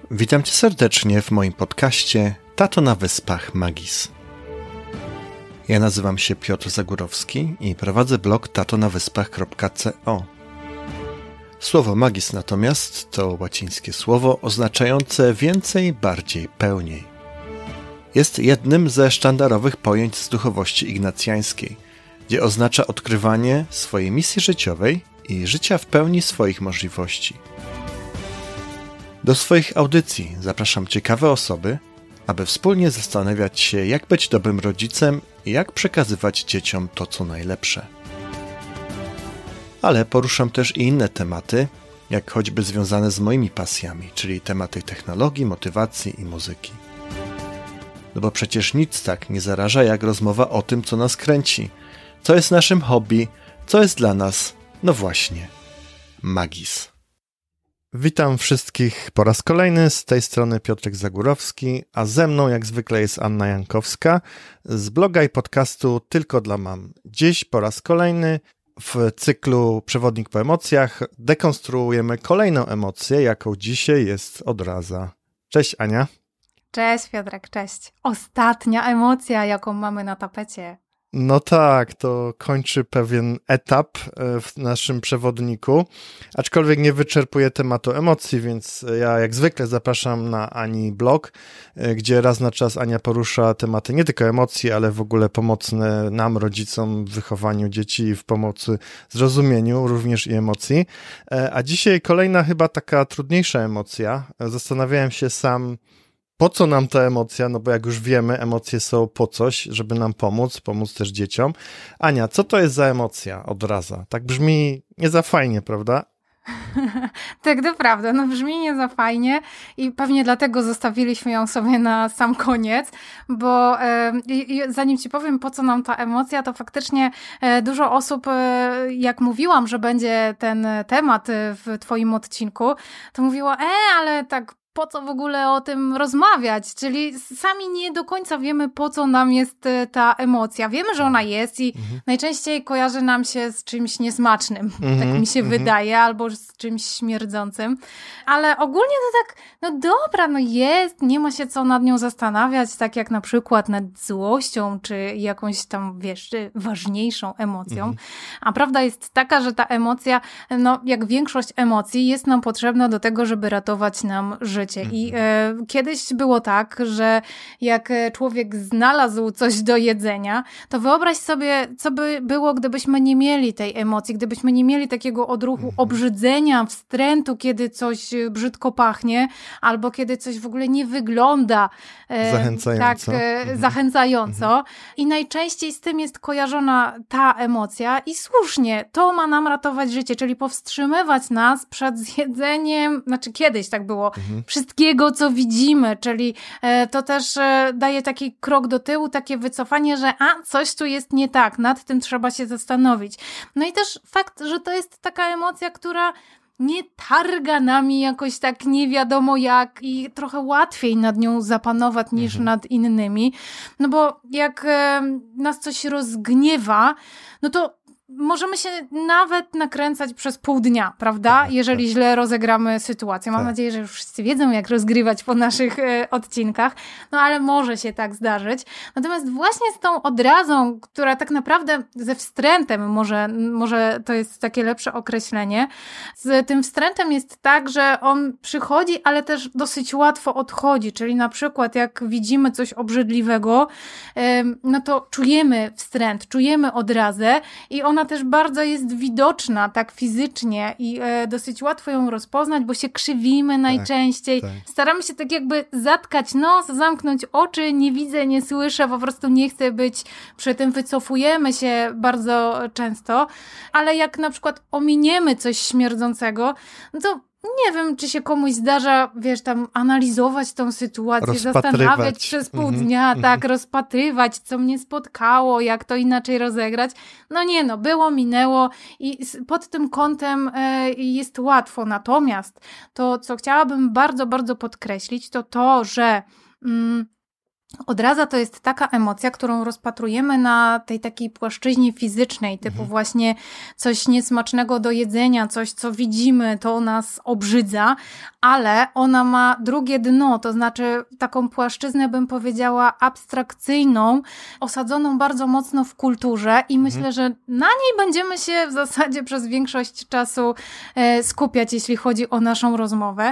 Witam Cię serdecznie w moim podcaście Tato na Wyspach Magis. Ja nazywam się Piotr Zagórowski i prowadzę blog tatonawyspach.co. Słowo magis natomiast to łacińskie słowo oznaczające więcej, bardziej, pełniej. Jest jednym ze sztandarowych pojęć z duchowości ignacjańskiej, gdzie oznacza odkrywanie swojej misji życiowej i życia w pełni swoich możliwości. Do swoich audycji zapraszam ciekawe osoby, aby wspólnie zastanawiać się, jak być dobrym rodzicem i jak przekazywać dzieciom to, co najlepsze. Ale poruszam też i inne tematy, jak choćby związane z moimi pasjami, czyli tematy technologii, motywacji i muzyki. No bo przecież nic tak nie zaraża jak rozmowa o tym, co nas kręci, co jest naszym hobby, co jest dla nas, no właśnie, magis. Witam wszystkich po raz kolejny, z tej strony Piotrek Zagórowski, a ze mną jak zwykle jest Anna Jankowska z bloga i podcastu Tylko dla mam. Dziś po raz kolejny w cyklu Przewodnik po emocjach dekonstruujemy kolejną emocję, jaką dzisiaj jest odraza. Cześć Ania. Cześć Piotrek, cześć. Ostatnia emocja, jaką mamy na tapecie. No tak, to kończy pewien etap w naszym przewodniku, aczkolwiek nie wyczerpuje tematu emocji, więc ja jak zwykle zapraszam na Ani blog, gdzie raz na czas Ania porusza tematy nie tylko emocji, ale w ogóle pomocne nam, rodzicom w wychowaniu dzieci i w pomocy zrozumieniu również i emocji. A dzisiaj kolejna chyba taka trudniejsza emocja. Zastanawiałem się sam, po co nam ta emocja? No bo jak już wiemy, emocje są po coś, żeby nam pomóc też dzieciom. Ania, co to jest za emocja? Odraza. Tak brzmi nie za fajnie, prawda? Tak, to prawda. No brzmi nie za fajnie i pewnie dlatego zostawiliśmy ją sobie na sam koniec, bo zanim ci powiem, po co nam ta emocja, to faktycznie dużo osób, jak mówiłam, że będzie ten temat w twoim odcinku, to mówiło, ale tak po co w ogóle o tym rozmawiać? Czyli sami nie do końca wiemy, po co nam jest ta emocja. Wiemy, że ona jest i najczęściej kojarzy nam się z czymś niesmacznym, tak mi się wydaje, albo z czymś śmierdzącym. Ale ogólnie to tak, no dobra, no jest, nie ma się co nad nią zastanawiać, tak jak na przykład nad złością, czy jakąś tam, wiesz, ważniejszą emocją. A prawda jest taka, że ta emocja, no jak większość emocji, jest nam potrzebna do tego, żeby ratować nam życie. I kiedyś było tak, że jak człowiek znalazł coś do jedzenia, to wyobraź sobie, co by było, gdybyśmy nie mieli tej emocji, gdybyśmy nie mieli takiego odruchu obrzydzenia, wstrętu, kiedy coś brzydko pachnie, albo kiedy coś w ogóle nie wygląda zachęcająco. Tak zachęcająco. I najczęściej z tym jest kojarzona ta emocja i słusznie, to ma nam ratować życie, czyli powstrzymywać nas przed zjedzeniem, znaczy kiedyś tak było, wszystkiego, co widzimy, czyli to też daje taki krok do tyłu, takie wycofanie, że coś tu jest nie tak, nad tym trzeba się zastanowić. No i też fakt, że to jest taka emocja, która nie targa nami jakoś tak nie wiadomo jak i trochę łatwiej nad nią zapanować niż nad innymi, no bo jak nas coś rozgniewa, no to możemy się nawet nakręcać przez pół dnia, prawda? Jeżeli źle rozegramy sytuację. Mam nadzieję, że już wszyscy wiedzą, jak rozgrywać po naszych odcinkach, no ale może się tak zdarzyć. Natomiast właśnie z tą odrazą, która tak naprawdę ze wstrętem, może to jest takie lepsze określenie, z tym wstrętem jest tak, że on przychodzi, ale też dosyć łatwo odchodzi, czyli na przykład jak widzimy coś obrzydliwego, no to czujemy wstręt, czujemy odrazę i ona też bardzo jest widoczna tak fizycznie i dosyć łatwo ją rozpoznać, bo się krzywimy najczęściej. Tak. Staramy się tak jakby zatkać nos, zamknąć oczy, nie widzę, nie słyszę, po prostu nie chcę być przy tym, wycofujemy się bardzo często, ale jak na przykład ominiemy coś śmierdzącego, no to nie wiem, czy się komuś zdarza, wiesz, tam analizować tą sytuację, zastanawiać przez pół dnia, tak, rozpatrywać, co mnie spotkało, jak to inaczej rozegrać. No nie, no, było, minęło i pod tym kątem jest łatwo. Natomiast to, co chciałabym bardzo, bardzo podkreślić, to to, że Odraza to jest taka emocja, którą rozpatrujemy na tej takiej płaszczyźnie fizycznej, typu właśnie coś niesmacznego do jedzenia, coś, co widzimy, to nas obrzydza, ale ona ma drugie dno, to znaczy taką płaszczyznę, bym powiedziała, abstrakcyjną, osadzoną bardzo mocno w kulturze i myślę, że na niej będziemy się w zasadzie przez większość czasu skupiać, jeśli chodzi o naszą rozmowę,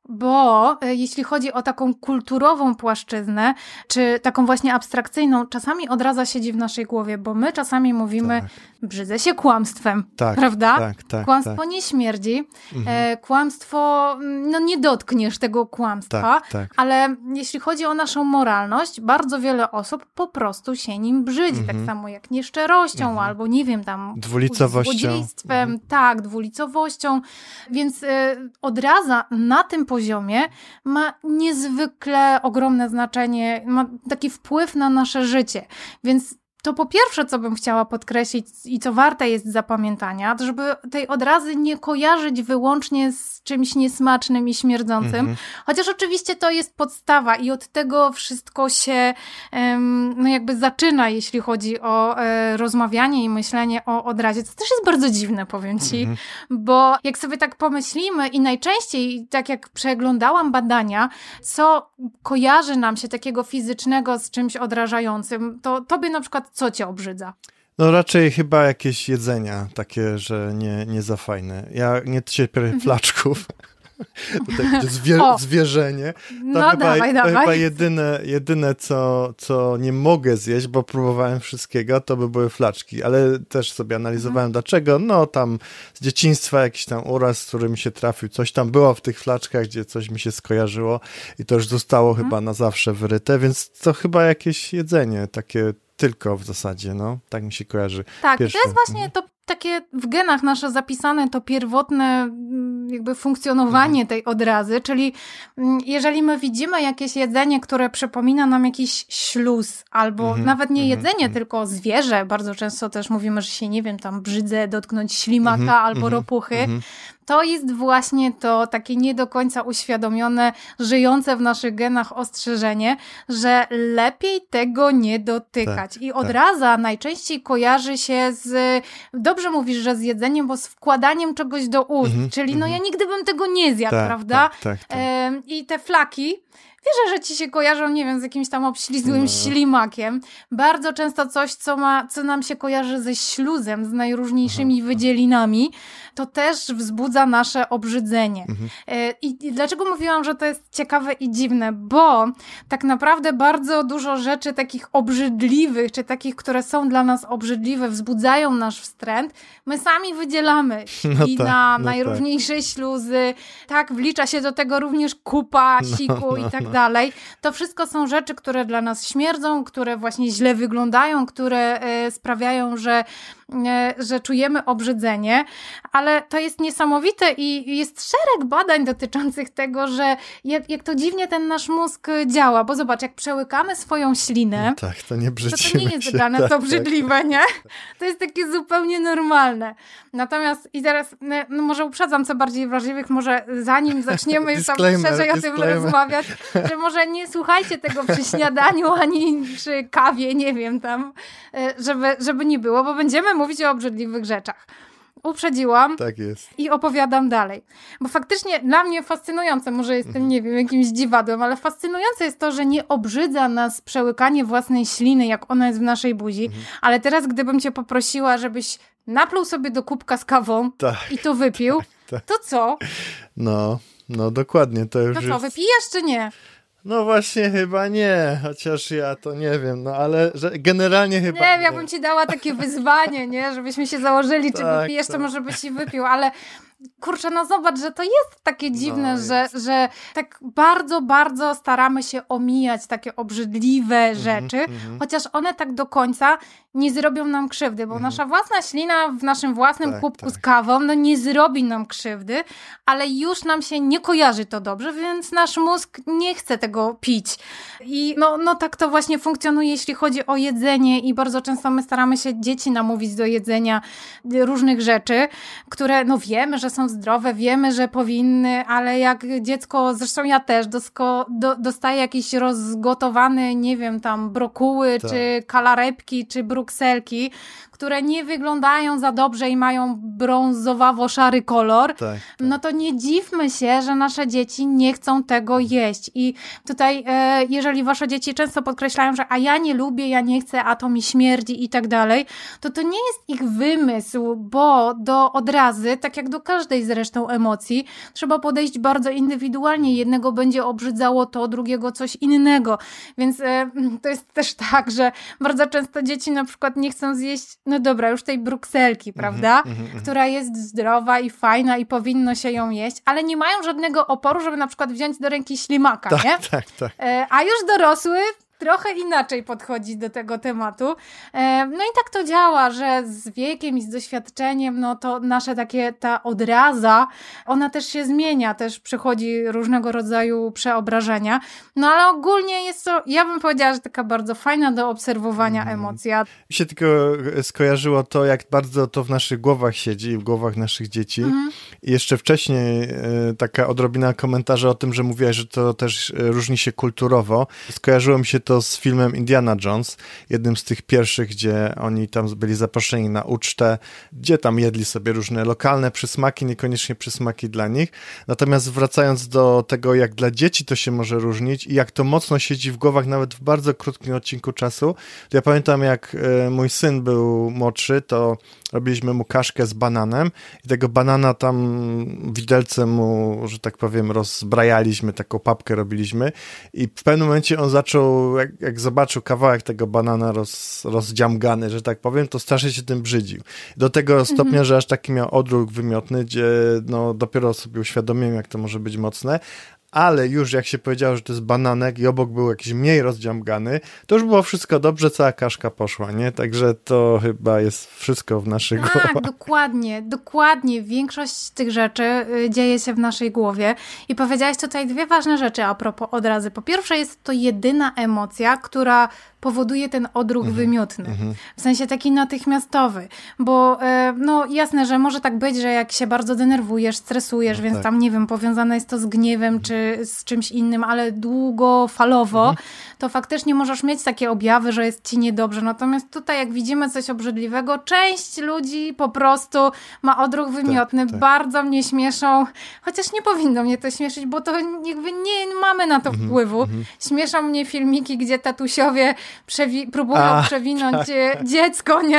bo jeśli chodzi o taką kulturową płaszczyznę, czy taką właśnie abstrakcyjną, czasami odraza siedzi w naszej głowie, bo my czasami mówimy, brzydzę się kłamstwem, prawda? Kłamstwo nie śmierdzi, kłamstwo, no nie dotkniesz tego kłamstwa, ale jeśli chodzi o naszą moralność, bardzo wiele osób po prostu się nim brzydzi, tak samo jak nieszczerością, albo nie wiem, tam złodziejstwem, dwulicowością, więc odraza na tym poziomie ma niezwykle ogromne znaczenie, ma taki wpływ na nasze życie, więc to po pierwsze, co bym chciała podkreślić i co warte jest zapamiętania, to żeby tej odrazy nie kojarzyć wyłącznie z czymś niesmacznym i śmierdzącym, chociaż oczywiście to jest podstawa i od tego wszystko się no jakby zaczyna, jeśli chodzi o rozmawianie i myślenie o odrazie. To też jest bardzo dziwne, powiem ci, bo jak sobie tak pomyślimy i najczęściej, tak jak przeglądałam badania, co kojarzy nam się takiego fizycznego z czymś odrażającym, to tobie na przykład co cię obrzydza? No raczej chyba jakieś jedzenia takie, że nie za fajne. Ja nie cierpię flaczków. To takie zwierzenie. No chyba jedyne co nie mogę zjeść, bo próbowałem wszystkiego, to by były flaczki, ale też sobie analizowałem dlaczego. No tam z dzieciństwa jakiś tam uraz, który mi się trafił, coś tam było w tych flaczkach, gdzie coś mi się skojarzyło i to już zostało chyba na zawsze wyryte, więc to chyba jakieś jedzenie takie tylko w zasadzie, no. Tak mi się kojarzy. Tak, pierwsze. To jest właśnie to takie w genach nasze zapisane, to pierwotne jakby funkcjonowanie tej odrazy, czyli jeżeli my widzimy jakieś jedzenie, które przypomina nam jakiś śluz, albo nawet nie jedzenie, tylko zwierzę, bardzo często też mówimy, że się, nie wiem, tam brzydzę dotknąć ślimaka albo ropuchy, to jest właśnie to takie nie do końca uświadomione, żyjące w naszych genach ostrzeżenie, że lepiej tego nie dotykać. I odraza najczęściej kojarzy się z, dobrze mówisz, że z jedzeniem, bo z wkładaniem czegoś do ust, czyli no ja nigdy bym tego nie zjadł, prawda? I te flaki, wierzę, że ci się kojarzą, nie wiem, z jakimś tam obślizgłym ślimakiem. Bardzo często coś, co nam się kojarzy ze śluzem, z najróżniejszymi wydzielinami, to też wzbudza nasze obrzydzenie. I dlaczego mówiłam, że to jest ciekawe i dziwne? Bo tak naprawdę bardzo dużo rzeczy takich obrzydliwych, czy takich, które są dla nas obrzydliwe, wzbudzają nasz wstręt, my sami wydzielamy. Najróżniejsze śluzy, tak, wlicza się do tego również kupa, siku i tak dalej. To wszystko są rzeczy, które dla nas śmierdzą, które właśnie źle wyglądają, które sprawiają, że czujemy obrzydzenie, ale to jest niesamowite i jest szereg badań dotyczących tego, że jak to dziwnie ten nasz mózg działa, bo zobacz, jak przełykamy swoją ślinę, to nie brzydzimy to nie jest dla nas obrzydliwe, nie? To jest takie zupełnie normalne. Natomiast i teraz, no może uprzedzam co bardziej wrażliwych, może zanim zaczniemy już tam szerzej o tym rozmawiać, że może nie słuchajcie tego przy śniadaniu, ani przy kawie, nie wiem tam, żeby nie było, bo będziemy mówić o obrzydliwych rzeczach. Uprzedziłam. Tak jest. I opowiadam dalej. Bo faktycznie dla mnie fascynujące, może jestem, nie wiem, jakimś dziwadłem, ale fascynujące jest to, że nie obrzydza nas przełykanie własnej śliny, jak ona jest w naszej buzi, ale teraz gdybym cię poprosiła, żebyś napluł sobie do kubka z kawą i to wypił, to co? No dokładnie, to już to co, wypijesz czy nie? No właśnie chyba nie, chociaż ja to nie wiem, no ale że generalnie chyba nie. Ja bym ci dała takie wyzwanie, nie, żebyśmy się założyli, czy wypijesz, to może byś i wypił, ale kurczę, no zobacz, że to jest takie dziwne, że tak bardzo, bardzo staramy się omijać takie obrzydliwe rzeczy, chociaż one tak do końca nie zrobią nam krzywdy, bo nasza własna ślina w naszym własnym kubku z kawą, no nie zrobi nam krzywdy, ale już nam się nie kojarzy to dobrze, więc nasz mózg nie chce tego pić. I no tak to właśnie funkcjonuje, jeśli chodzi o jedzenie i bardzo często my staramy się dzieci namówić do jedzenia różnych rzeczy, które no wiemy, że są zdrowe, wiemy, że powinny, ale jak dziecko, zresztą ja też, dostaję jakieś rozgotowane, nie wiem, tam brokuły, czy kalarepki, czy brukselki, które nie wyglądają za dobrze i mają brązowawo-szary kolor, no to nie dziwmy się, że nasze dzieci nie chcą tego jeść. I tutaj, jeżeli wasze dzieci często podkreślają, że a ja nie lubię, ja nie chcę, a to mi śmierdzi i tak dalej, to nie jest ich wymysł, bo do odrazy, tak jak do każdej zresztą emocji, trzeba podejść bardzo indywidualnie. Jednego będzie obrzydzało to, drugiego coś innego. Więc to jest też tak, że bardzo często dzieci na przykład nie chcą zjeść, no dobra, już tej brukselki, prawda? Która jest zdrowa i fajna i powinno się ją jeść, ale nie mają żadnego oporu, żeby na przykład wziąć do ręki ślimaka, nie? Tak. A już dorosły trochę inaczej podchodzi do tego tematu. No i tak to działa, że z wiekiem i z doświadczeniem, no to nasze ta odraza, ona też się zmienia, też przychodzi różnego rodzaju przeobrażenia. No ale ogólnie jest to, ja bym powiedziała, że taka bardzo fajna do obserwowania emocja. Mi się tylko skojarzyło to, jak bardzo to w naszych głowach siedzi, w głowach naszych dzieci. I jeszcze wcześniej taka odrobina komentarza o tym, że mówiłaś, że to też różni się kulturowo. Skojarzyło mi się to z filmem Indiana Jones, jednym z tych pierwszych, gdzie oni tam byli zaproszeni na ucztę, gdzie tam jedli sobie różne lokalne przysmaki, niekoniecznie przysmaki dla nich. Natomiast wracając do tego, jak dla dzieci to się może różnić i jak to mocno siedzi w głowach nawet w bardzo krótkim odcinku czasu, to ja pamiętam, jak mój syn był młodszy, to robiliśmy mu kaszkę z bananem i tego banana tam widelcem mu, że tak powiem, rozbrajaliśmy, taką papkę robiliśmy i w pewnym momencie on zaczął, jak zobaczył kawałek tego banana rozdziamgany, że tak powiem, to strasznie się tym brzydził. Do tego stopnia, że aż taki miał odruch wymiotny, gdzie no dopiero sobie uświadomiłem, jak to może być mocne, ale już jak się powiedziało, że to jest bananek i obok był jakiś mniej rozdziamgany, to już było wszystko dobrze, cała kaszka poszła, nie? Także to chyba jest wszystko w naszych głowach. Tak, dokładnie. Większość z tych rzeczy dzieje się w naszej głowie i powiedziałaś tutaj dwie ważne rzeczy a propos odrazy. Po pierwsze, jest to jedyna emocja, która powoduje ten odruch wymiotny. W sensie taki natychmiastowy. Bo no jasne, że może tak być, że jak się bardzo denerwujesz, stresujesz, więc tam nie wiem, powiązane jest to z gniewem czy z czymś innym, ale długofalowo, to faktycznie możesz mieć takie objawy, że jest ci niedobrze. Natomiast tutaj jak widzimy coś obrzydliwego, część ludzi po prostu ma odruch wymiotny. Bardzo mnie śmieszą, chociaż nie powinno mnie to śmieszyć, bo to jakby nie mamy na to wpływu. Śmieszą mnie filmiki, gdzie tatusiowie próbują przewinąć dziecko, nie?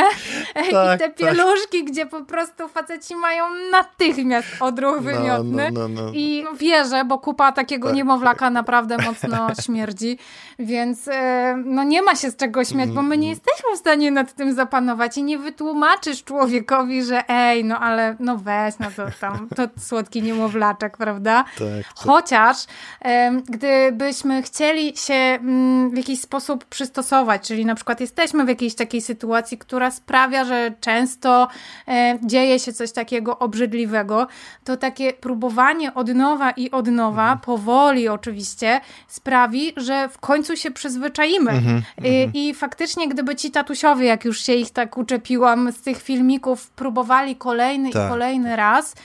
I te pieluszki, gdzie po prostu faceci mają natychmiast odruch wymiotny. I wierzę, bo kupa takiego niemowlaka naprawdę mocno śmierdzi, więc no nie ma się z czego śmiać, bo my nie jesteśmy w stanie nad tym zapanować i nie wytłumaczysz człowiekowi, że no ale no weź, no to tam, to słodki niemowlaczek, prawda? Chociaż gdybyśmy chcieli się w jakiś sposób przystosować, czyli na przykład jesteśmy w jakiejś takiej sytuacji, która sprawia, że często dzieje się coś takiego obrzydliwego, to takie próbowanie od nowa, powoli oczywiście, sprawi, że w końcu się przyzwyczaimy. I faktycznie, gdyby ci tatusiowie, jak już się ich tak uczepiłam z tych filmików, próbowali kolejny i kolejny raz,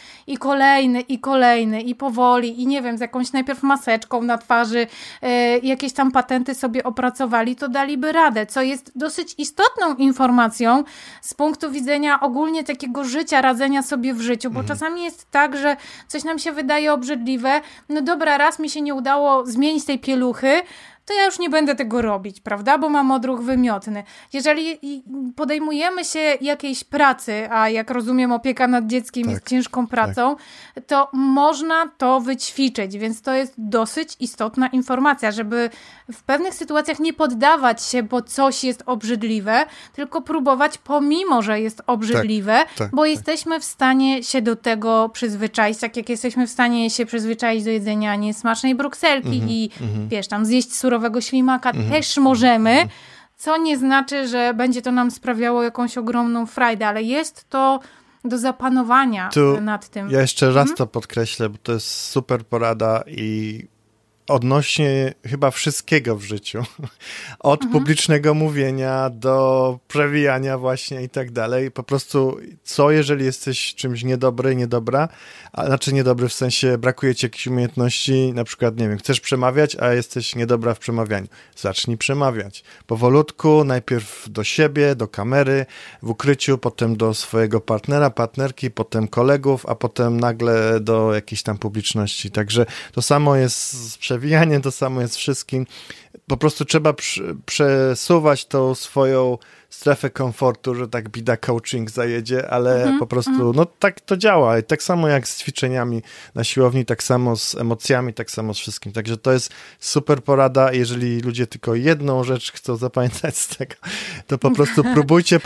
i kolejny, i powoli, i nie wiem, z jakąś najpierw maseczką na twarzy, jakieś tam patenty sobie opracowali, to daliby radę, co jest dosyć istotną informacją z punktu widzenia ogólnie takiego życia, radzenia sobie w życiu, bo czasami jest tak, że coś nam się wydaje obrzydliwe, no dobra, raz mi się nie udało zmienić tej pieluchy, to ja już nie będę tego robić, prawda? Bo mam odruch wymiotny. Jeżeli podejmujemy się jakiejś pracy, a jak rozumiem opieka nad dzieckiem jest ciężką pracą, to można to wyćwiczyć, więc to jest dosyć istotna informacja, żeby w pewnych sytuacjach nie poddawać się, bo coś jest obrzydliwe, tylko próbować pomimo, że jest obrzydliwe, bo jesteśmy w stanie się do tego przyzwyczaić, tak jak jesteśmy w stanie się przyzwyczaić do jedzenia niesmacznej brukselki i wiesz, tam zjeść surowego ślimaka też możemy, co nie znaczy, że będzie to nam sprawiało jakąś ogromną frajdę, ale jest to do zapanowania nad tym. Ja jeszcze raz to podkreślę, bo to jest super porada i odnośnie chyba wszystkiego w życiu. Od publicznego mówienia do przewijania właśnie i tak dalej. Po prostu co, jeżeli jesteś czymś niedobry, niedobra, a znaczy niedobry w sensie brakuje ci jakichś umiejętności, na przykład, nie wiem, chcesz przemawiać, a jesteś niedobra w przemawianiu. Zacznij przemawiać. Powolutku, najpierw do siebie, do kamery, w ukryciu, potem do swojego partnera, partnerki, potem kolegów, a potem nagle do jakiejś tam publiczności. Także to samo jest z przewijaniem, to samo jest wszystkim. Po prostu trzeba przesuwać tą swoją strefę komfortu, że tak bida coaching zajedzie, ale po prostu, no tak to działa. I tak samo jak z ćwiczeniami na siłowni, tak samo z emocjami, tak samo z wszystkim. Także to jest super porada. Jeżeli ludzie tylko jedną rzecz chcą zapamiętać z tego, to po prostu próbujcie.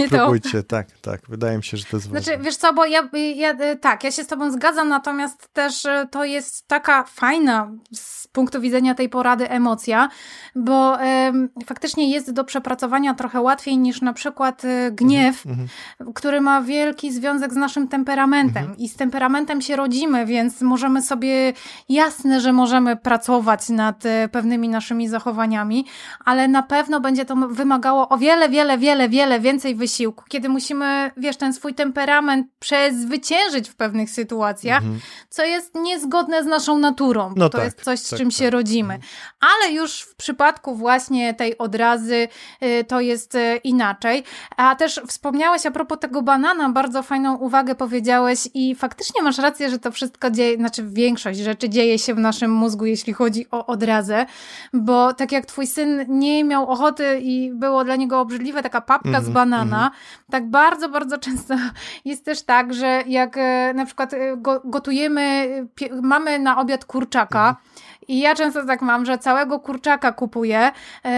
Tak. Wydaje mi się, że to jest ważne. Znaczy, wiesz co, bo ja się z tobą zgadzam, natomiast też to jest taka fajna z punktu widzenia tej porady emocja, bo faktycznie jest do przepracowania trochę łatwiej niż na przykład gniew, który ma wielki związek z naszym temperamentem i z temperamentem się rodzimy, więc możemy sobie, jasne, że możemy pracować nad pewnymi naszymi zachowaniami, ale na pewno będzie to wymagało o wiele więcej wysiłku, kiedy musimy, wiesz, ten swój temperament przezwyciężyć w pewnych sytuacjach, co jest niezgodne z naszą naturą, bo to jest coś, z czym się rodzimy. Ale już w przypadku właśnie tej odrazy to jest inaczej. A też wspomniałeś a propos tego banana, bardzo fajną uwagę powiedziałeś i faktycznie masz rację, że to wszystko dzieje, znaczy większość rzeczy dzieje się w naszym mózgu, jeśli chodzi o odrazę, bo tak jak twój syn nie miał ochoty i było dla niego obrzydliwe taka papka z banana, tak bardzo, bardzo często jest też tak, że jak na przykład gotujemy, mamy na obiad kurczaka, i ja często tak mam, że całego kurczaka kupuję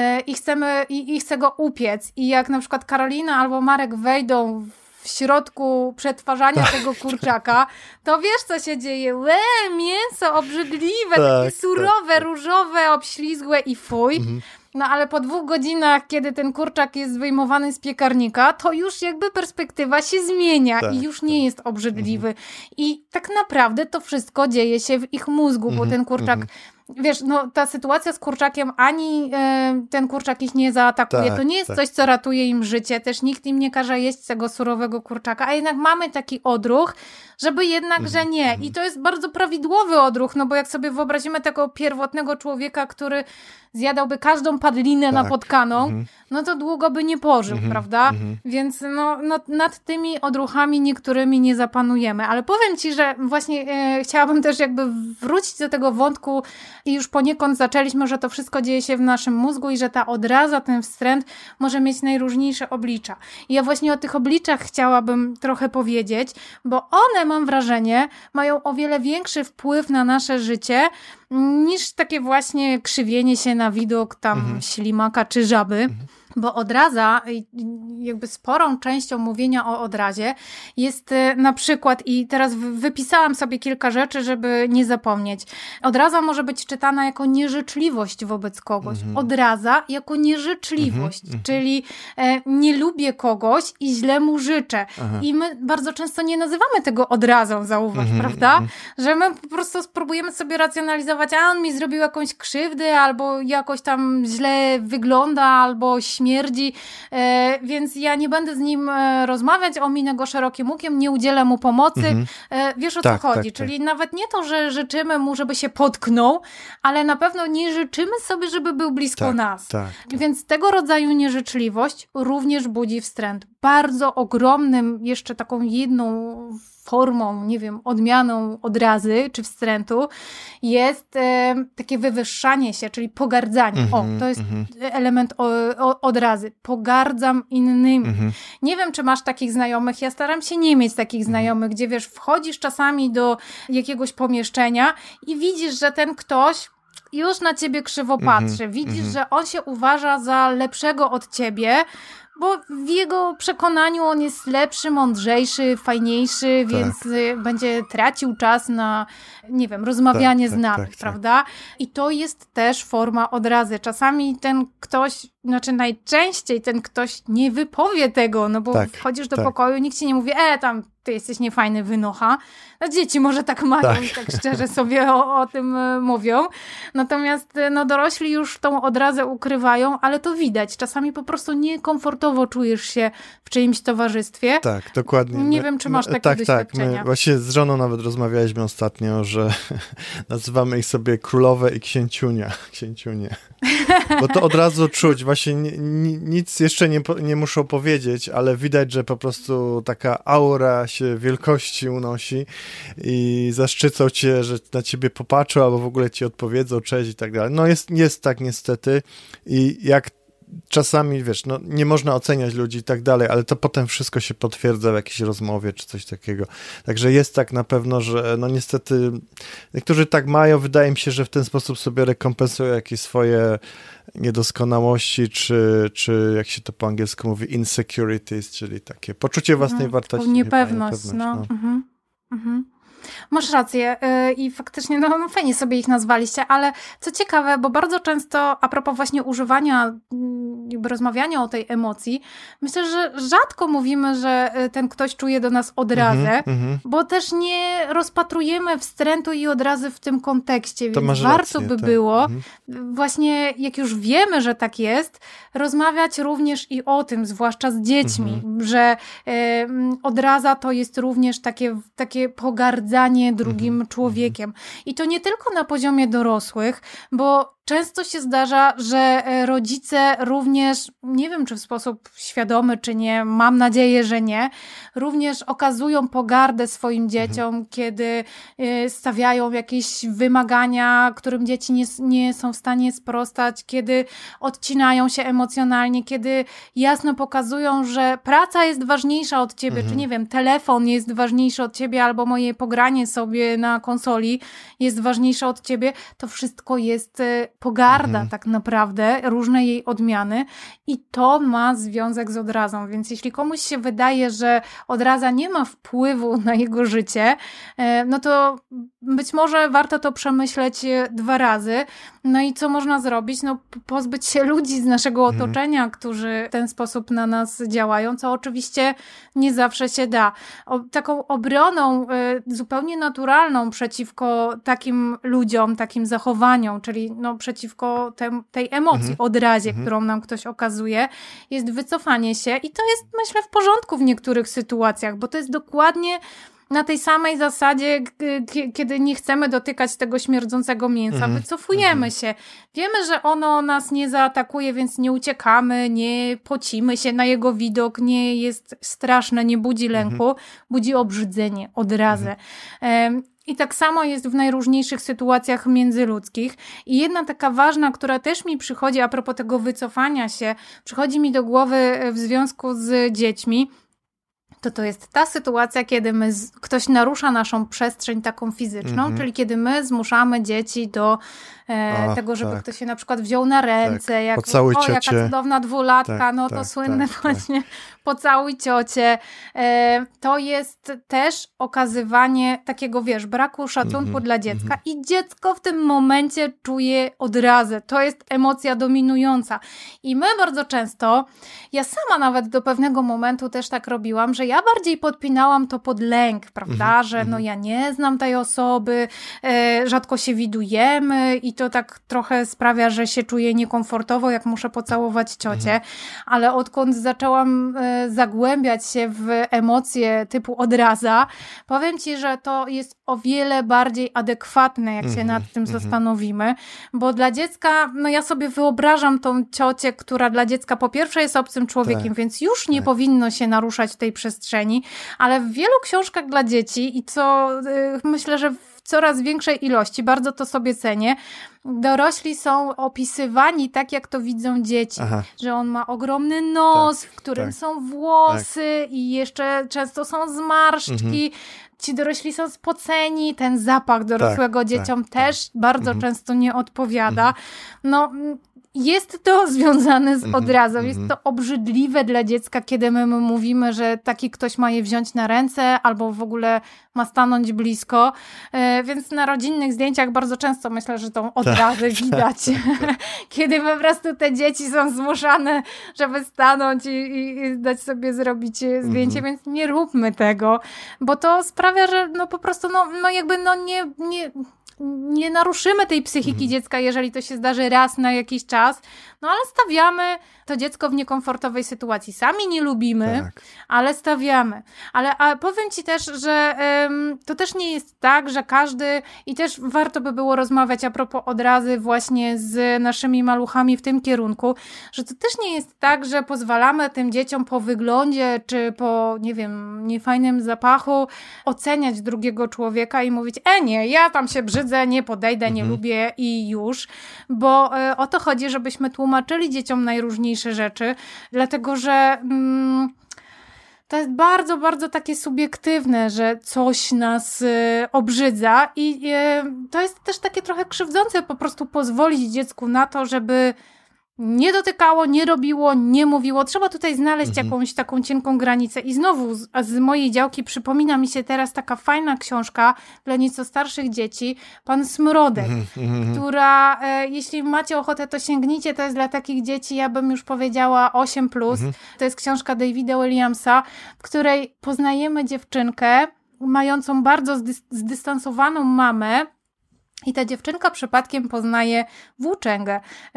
i chcę go upiec. I jak na przykład Karolina albo Marek wejdą w środku przetwarzania tego kurczaka, to wiesz, co się dzieje. Mięso obrzydliwe, takie surowe, różowe, obślizgłe i fuj. No ale po 2 godzinach, kiedy ten kurczak jest wyjmowany z piekarnika, to już jakby perspektywa się zmienia i już nie jest obrzydliwy. I tak naprawdę to wszystko dzieje się w ich mózgu, bo ten kurczak... Wiesz, no ta sytuacja z kurczakiem, ani ten kurczak ich nie zaatakuje, to nie jest coś, co ratuje im życie, też nikt im nie każe jeść tego surowego kurczaka, a jednak mamy taki odruch, żeby jednak, że nie. I to jest bardzo prawidłowy odruch, no bo jak sobie wyobrazimy tego pierwotnego człowieka, który zjadałby każdą padlinę napotkaną, no to długo by nie pożył, prawda? Więc no, nad tymi odruchami niektórymi nie zapanujemy. Ale powiem ci, że właśnie chciałabym też jakby wrócić do tego wątku i już poniekąd zaczęliśmy, że to wszystko dzieje się w naszym mózgu i że ta odraza, ten wstręt może mieć najróżniejsze oblicza. I ja właśnie o tych obliczach chciałabym trochę powiedzieć, bo one, mam wrażenie, mają o wiele większy wpływ na nasze życie niż takie właśnie krzywienie się na widok tam ślimaka czy żaby. Bo odraza, jakby sporą częścią mówienia o odrazie jest na przykład, i teraz wypisałam sobie kilka rzeczy, żeby nie zapomnieć. Odraza może być czytana jako nieżyczliwość wobec kogoś. Odraza jako nieżyczliwość, czyli nie lubię kogoś i źle mu życzę. I my bardzo często nie nazywamy tego odrazą, zauważ, prawda? Że my po prostu spróbujemy sobie racjonalizować, a on mi zrobił jakąś krzywdę, albo jakoś tam źle wygląda, albo śmierdzi, więc ja nie będę z nim rozmawiać, ominę go szerokim łukiem, nie udzielę mu pomocy. Wiesz, o co chodzi? Czyli nawet nie to, że życzymy mu, żeby się potknął, ale na pewno nie życzymy sobie, żeby był blisko nas. Więc tego rodzaju nieżyczliwość również budzi wstręt. Bardzo ogromnym, jeszcze taką jedną formą, nie wiem, odmianą odrazy czy wstrętu jest takie wywyższanie się, czyli pogardzanie. To jest element odrazy. Pogardzam innymi. Nie wiem, czy masz takich znajomych. Ja staram się nie mieć takich znajomych, gdzie wiesz, wchodzisz czasami do jakiegoś pomieszczenia i widzisz, że ten ktoś już na ciebie krzywo patrzy. Widzisz, że on się uważa za lepszego od ciebie, bo w jego przekonaniu on jest lepszy, mądrzejszy, fajniejszy, więc będzie tracił czas na, nie wiem, rozmawianie z nami, prawda? I to jest też forma odrazy. Czasami ten ktoś, znaczy najczęściej ten ktoś nie wypowie tego, no bo wchodzisz do pokoju, nikt ci nie mówi, tam ty jesteś niefajny, wynocha. No dzieci może tak mają i tak szczerze sobie o tym mówią. Natomiast no, dorośli już tą odrazę ukrywają, ale to widać. Czasami po prostu niekomfortowo czujesz się w czyimś towarzystwie. Tak, dokładnie. Nie wiem, czy masz takie doświadczenia. My właśnie z żoną nawet rozmawialiśmy ostatnio, że nazywamy ich sobie królowe i księciunie. Bo to od razu czuć. Właśnie nic jeszcze nie muszą powiedzieć, ale widać, że po prostu taka aura się wielkości unosi i zaszczycą cię, że na ciebie popatrzą albo w ogóle ci odpowiedzą cześć i tak dalej. No jest tak niestety i jak czasami, wiesz, no nie można oceniać ludzi i tak dalej, ale to potem wszystko się potwierdza w jakiejś rozmowie czy coś takiego. Także jest tak na pewno, że no niestety niektórzy tak mają, wydaje mi się, że w ten sposób sobie rekompensują jakieś swoje niedoskonałości, czy jak się to po angielsku mówi, insecurities, czyli takie poczucie własnej wartości. Niepewność, no. Masz rację i faktycznie no fajnie sobie ich nazwaliście, ale co ciekawe, bo bardzo często a propos właśnie używania, jakby rozmawiania o tej emocji, myślę, że rzadko mówimy, że ten ktoś czuje do nas odrazę, bo też nie rozpatrujemy wstrętu i odrazy w tym kontekście, więc warto by było właśnie, jak już wiemy, że tak jest, rozmawiać również i o tym, zwłaszcza z dziećmi, że odraza to jest również takie pogardzanie drugim człowiekiem. I to nie tylko na poziomie dorosłych, bo często się zdarza, że rodzice również, nie wiem czy w sposób świadomy, czy nie, mam nadzieję, że nie, również okazują pogardę swoim dzieciom, kiedy stawiają jakieś wymagania, którym dzieci nie są w stanie sprostać, kiedy odcinają się emocjonalnie, kiedy jasno pokazują, że praca jest ważniejsza od ciebie, czy nie wiem, telefon jest ważniejszy od ciebie, albo moje pogranie sobie na konsoli jest ważniejsze od ciebie, to wszystko jest pogarda tak naprawdę, różne jej odmiany i to ma związek z odrazą, więc jeśli komuś się wydaje, że odraza nie ma wpływu na jego życie, no to być może warto to przemyśleć 2 razy. No i co można zrobić? No pozbyć się ludzi z naszego otoczenia, którzy w ten sposób na nas działają, co oczywiście nie zawsze się da. Taką obroną zupełnie naturalną przeciwko takim ludziom, takim zachowaniom, czyli no przeciwko tej emocji, odrazie, którą nam ktoś okazuje, jest wycofanie się i to jest, myślę, w porządku w niektórych sytuacjach, bo to jest dokładnie na tej samej zasadzie, kiedy nie chcemy dotykać tego śmierdzącego mięsa, wycofujemy się. Wiemy, że ono nas nie zaatakuje, więc nie uciekamy, nie pocimy się na jego widok, nie jest straszne, nie budzi lęku, budzi obrzydzenie, odrazę. I tak samo jest w najróżniejszych sytuacjach międzyludzkich. I jedna taka ważna, która też mi przychodzi a propos tego wycofania się, przychodzi mi do głowy w związku z dziećmi, to jest ta sytuacja, kiedy ktoś narusza naszą przestrzeń taką fizyczną, czyli kiedy my zmuszamy dzieci do tego, żeby ktoś się na przykład wziął na ręce, jak jaka cudowna 2-latka, to słynne właśnie pocałuj ciocię. To jest też okazywanie takiego, wiesz, braku szacunku dla dziecka i dziecko w tym momencie czuje odrazę. To jest emocja dominująca. I my bardzo często, ja sama nawet do pewnego momentu też tak robiłam, że ja bardziej podpinałam to pod lęk, prawda, że no ja nie znam tej osoby, rzadko się widujemy i to tak trochę sprawia, że się czuję niekomfortowo, jak muszę pocałować ciocię, ale odkąd zaczęłam zagłębiać się w emocje typu odraza, powiem ci, że to jest o wiele bardziej adekwatne, jak się nad tym zastanowimy, bo dla dziecka, no ja sobie wyobrażam tą ciocię, która dla dziecka po pierwsze jest obcym człowiekiem, więc już nie powinno się naruszać tej przestrzeni, ale w wielu książkach dla dzieci i co myślę, że w coraz większej ilości, bardzo to sobie cenię, dorośli są opisywani tak, jak to widzą dzieci. Że on ma ogromny nos, w którym są włosy i jeszcze często są zmarszczki. Ci dorośli są spoceni, ten zapach dorosłego dzieciom też bardzo często nie odpowiada. No, jest to związane z odrazą. Jest to obrzydliwe dla dziecka, kiedy my mówimy, że taki ktoś ma je wziąć na ręce albo w ogóle ma stanąć blisko. Więc na rodzinnych zdjęciach bardzo często myślę, że tą odrazę widać. Kiedy po prostu te dzieci są zmuszane, żeby stanąć i dać sobie zrobić zdjęcie, więc nie róbmy tego, bo to sprawia, że no po prostu nie naruszymy tej psychiki dziecka, jeżeli to się zdarzy raz na jakiś czas, no ale stawiamy to dziecko w niekomfortowej sytuacji. Sami nie lubimy, ale stawiamy. A powiem ci też, że to też nie jest tak, że każdy, i też warto by było rozmawiać a propos odrazy właśnie z naszymi maluchami w tym kierunku, że to też nie jest tak, że pozwalamy tym dzieciom po wyglądzie, czy po, nie wiem, niefajnym zapachu oceniać drugiego człowieka i mówić, nie, ja tam się brzydzę, nie podejdę, nie lubię i już, bo o to chodzi, żebyśmy tłumaczyli dzieciom najróżniejsze rzeczy, dlatego że to jest bardzo, bardzo takie subiektywne, że coś nas obrzydza i to jest też takie trochę krzywdzące po prostu pozwolić dziecku na to, żeby nie dotykało, nie robiło, nie mówiło. Trzeba tutaj znaleźć jakąś taką cienką granicę. I znowu z mojej działki przypomina mi się teraz taka fajna książka dla nieco starszych dzieci, Pan Smrodek, która, jeśli macie ochotę, to sięgnijcie, to jest dla takich dzieci, ja bym już powiedziała 8+. To jest książka Davida Williamsa, w której poznajemy dziewczynkę mającą bardzo zdystansowaną mamę, i ta dziewczynka przypadkiem poznaje włóczęgę,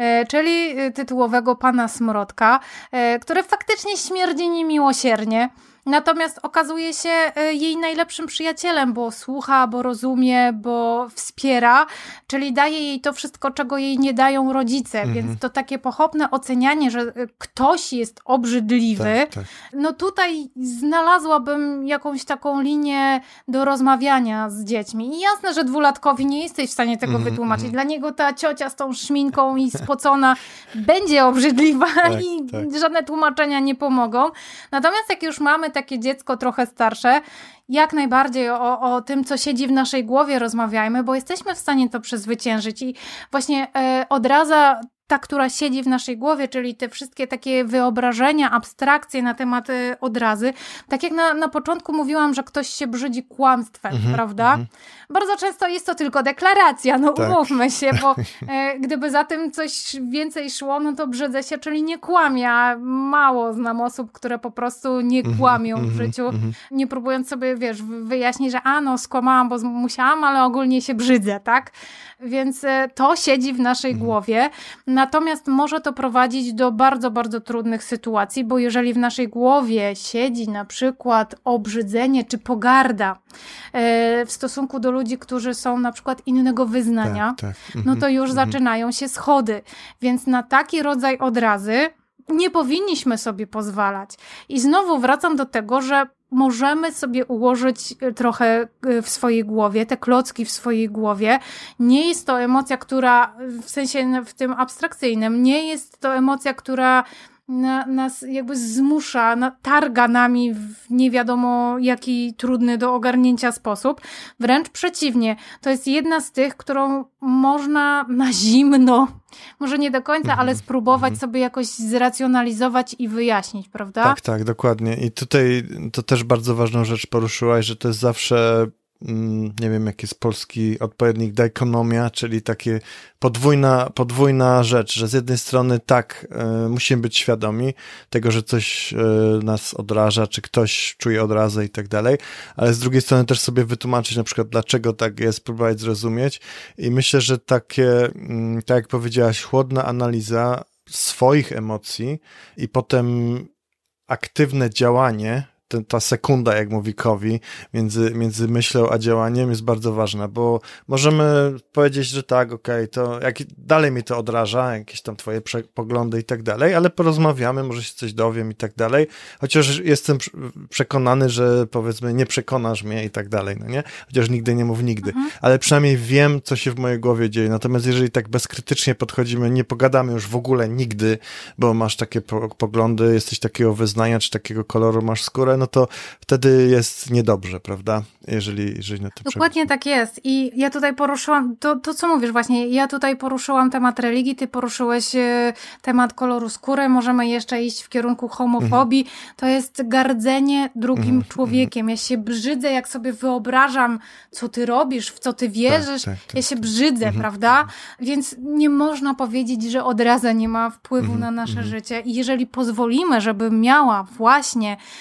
czyli tytułowego pana Smrodka, który faktycznie śmierdzi niemiłosiernie. Natomiast okazuje się jej najlepszym przyjacielem, bo słucha, bo rozumie, bo wspiera, czyli daje jej to wszystko, czego jej nie dają rodzice. Więc to takie pochopne ocenianie, że ktoś jest obrzydliwy, no tutaj znalazłabym jakąś taką linię do rozmawiania z dziećmi. I jasne, że 2-latkowi nie jesteś w stanie tego wytłumaczyć. Dla niego ta ciocia z tą szminką i spocona będzie obrzydliwa i żadne tłumaczenia nie pomogą. Natomiast jak już mamy takie dziecko trochę starsze, jak najbardziej o tym, co siedzi w naszej głowie rozmawiajmy, bo jesteśmy w stanie to przezwyciężyć i właśnie odraza ta, która siedzi w naszej głowie, czyli te wszystkie takie wyobrażenia, abstrakcje na temat odrazy. Tak jak na początku mówiłam, że ktoś się brzydzi kłamstwem, prawda? Bardzo często jest to tylko deklaracja, no umówmy się, bo gdyby za tym coś więcej szło, no to brzydzę się, czyli nie kłamie. Mało znam osób, które po prostu nie kłamią w życiu, nie próbując sobie, wiesz, wyjaśnić, że skłamałam, bo musiałam, ale ogólnie się brzydzę, tak? Więc to siedzi w naszej głowie. Natomiast może to prowadzić do bardzo, bardzo trudnych sytuacji, bo jeżeli w naszej głowie siedzi na przykład obrzydzenie czy pogarda w stosunku do ludzi, którzy są na przykład innego wyznania, no to już zaczynają się schody. Więc na taki rodzaj odrazy nie powinniśmy sobie pozwalać. I znowu wracam do tego, że możemy sobie ułożyć trochę w swojej głowie, te klocki w swojej głowie. Nie jest to emocja, która w sensie w tym abstrakcyjnym, nie jest to emocja, która nas jakby zmusza, targa nami w nie wiadomo jaki trudny do ogarnięcia sposób. Wręcz przeciwnie, to jest jedna z tych, którą można na zimno, może nie do końca, ale spróbować sobie jakoś zracjonalizować i wyjaśnić, prawda? Tak, dokładnie. I tutaj to też bardzo ważną rzecz poruszyłaś, że to jest zawsze, nie wiem jaki jest polski odpowiednik, dykotomia, czyli takie podwójna rzecz, że z jednej strony musimy być świadomi tego, że coś nas odraża, czy ktoś czuje odrazę i tak dalej, ale z drugiej strony też sobie wytłumaczyć na przykład dlaczego tak jest, próbować zrozumieć i myślę, że takie, tak jak powiedziałaś, chłodna analiza swoich emocji i potem aktywne działanie, ta sekunda, jak mówi Covey, między myślą a działaniem jest bardzo ważna, bo możemy powiedzieć, że tak, okej, to jak dalej mnie to odraża, jakieś tam twoje poglądy i tak dalej, ale porozmawiamy, może się coś dowiem i tak dalej, chociaż jestem przekonany, że powiedzmy nie przekonasz mnie i tak dalej, no nie? Chociaż nigdy nie mów nigdy, ale przynajmniej wiem, co się w mojej głowie dzieje, natomiast jeżeli tak bezkrytycznie podchodzimy, nie pogadamy już w ogóle nigdy, bo masz takie poglądy, jesteś takiego wyznania, czy takiego koloru masz skórę, no to wtedy jest niedobrze, prawda? Jeżeli na tym dokładnie tak jest. I ja tutaj poruszyłam, to co mówisz właśnie, ja tutaj poruszyłam temat religii, ty poruszyłeś temat koloru skóry, możemy jeszcze iść w kierunku homofobii. To jest gardzenie drugim człowiekiem. Ja się brzydzę, jak sobie wyobrażam, co ty robisz, w co ty wierzysz. Ja się brzydzę, prawda? Więc nie można powiedzieć, że odraza nie ma wpływu na nasze życie. I jeżeli pozwolimy, żeby miała właśnie taki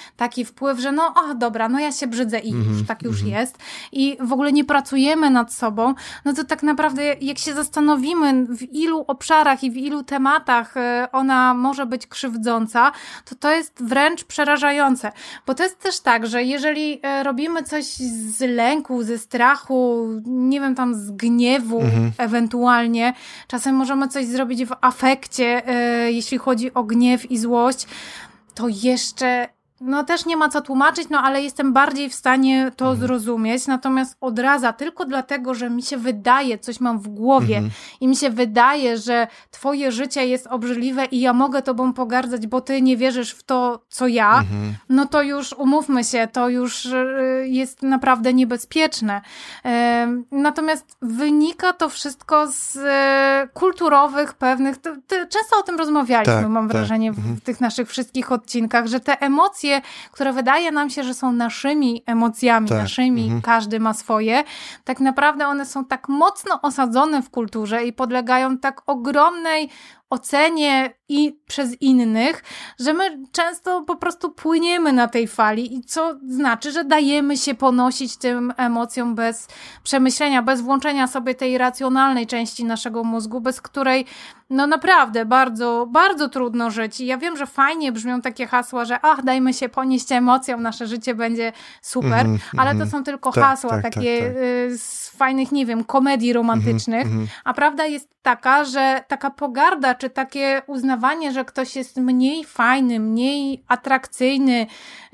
taki wpływ, że dobra, ja się brzydzę i już tak już jest i w ogóle nie pracujemy nad sobą, no to tak naprawdę jak się zastanowimy, w ilu obszarach i w ilu tematach ona może być krzywdząca, to jest wręcz przerażające. Bo to jest też tak, że jeżeli robimy coś z lęku, ze strachu, nie wiem, tam z gniewu ewentualnie, czasem możemy coś zrobić w afekcie, jeśli chodzi o gniew i złość, to jeszcze też nie ma co tłumaczyć, ale jestem bardziej w stanie to zrozumieć. Natomiast odraza tylko dlatego, że mi się wydaje, coś mam w głowie i mi się wydaje, że twoje życie jest obrzydliwe i ja mogę tobą pogardzać, bo ty nie wierzysz w to, co ja, no to już umówmy się, to już jest naprawdę niebezpieczne. Natomiast wynika to wszystko z kulturowych pewnych, często o tym rozmawialiśmy, mam wrażenie, w tych naszych wszystkich odcinkach, że te emocje, które wydaje nam się, że są naszymi emocjami, naszymi, każdy ma swoje, tak naprawdę one są tak mocno osadzone w kulturze i podlegają tak ogromnej ocenie i przez innych, że my często po prostu płyniemy na tej fali i co znaczy, że dajemy się ponosić tym emocjom bez przemyślenia, bez włączenia sobie tej racjonalnej części naszego mózgu, bez której naprawdę bardzo, bardzo trudno żyć. I ja wiem, że fajnie brzmią takie hasła, że dajmy się ponieść emocjom, nasze życie będzie super, ale to są tylko hasła takie z fajnych, nie wiem, komedii romantycznych, a prawda jest taka, że taka pogarda, czy takie uznawanie, że ktoś jest mniej fajny, mniej atrakcyjny,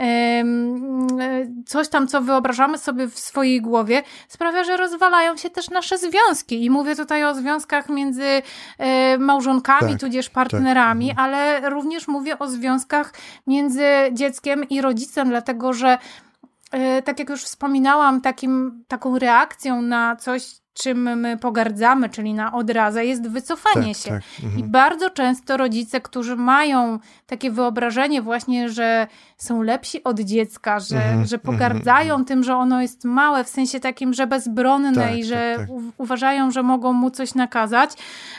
coś tam, co wyobrażamy sobie w swojej głowie, sprawia, że rozwalają się też nasze związki. I mówię tutaj o związkach między małżonkami, tudzież partnerami, ale również mówię o związkach między dzieckiem i rodzicem, dlatego że tak jak już wspominałam, taką reakcją na coś, czym my pogardzamy, czyli na odrazę, jest wycofanie się. I bardzo często rodzice, którzy mają takie wyobrażenie właśnie, że są lepsi od dziecka, że pogardzają tym, że ono jest małe, w sensie takim, że bezbronne i że uważają, że mogą mu coś nakazać,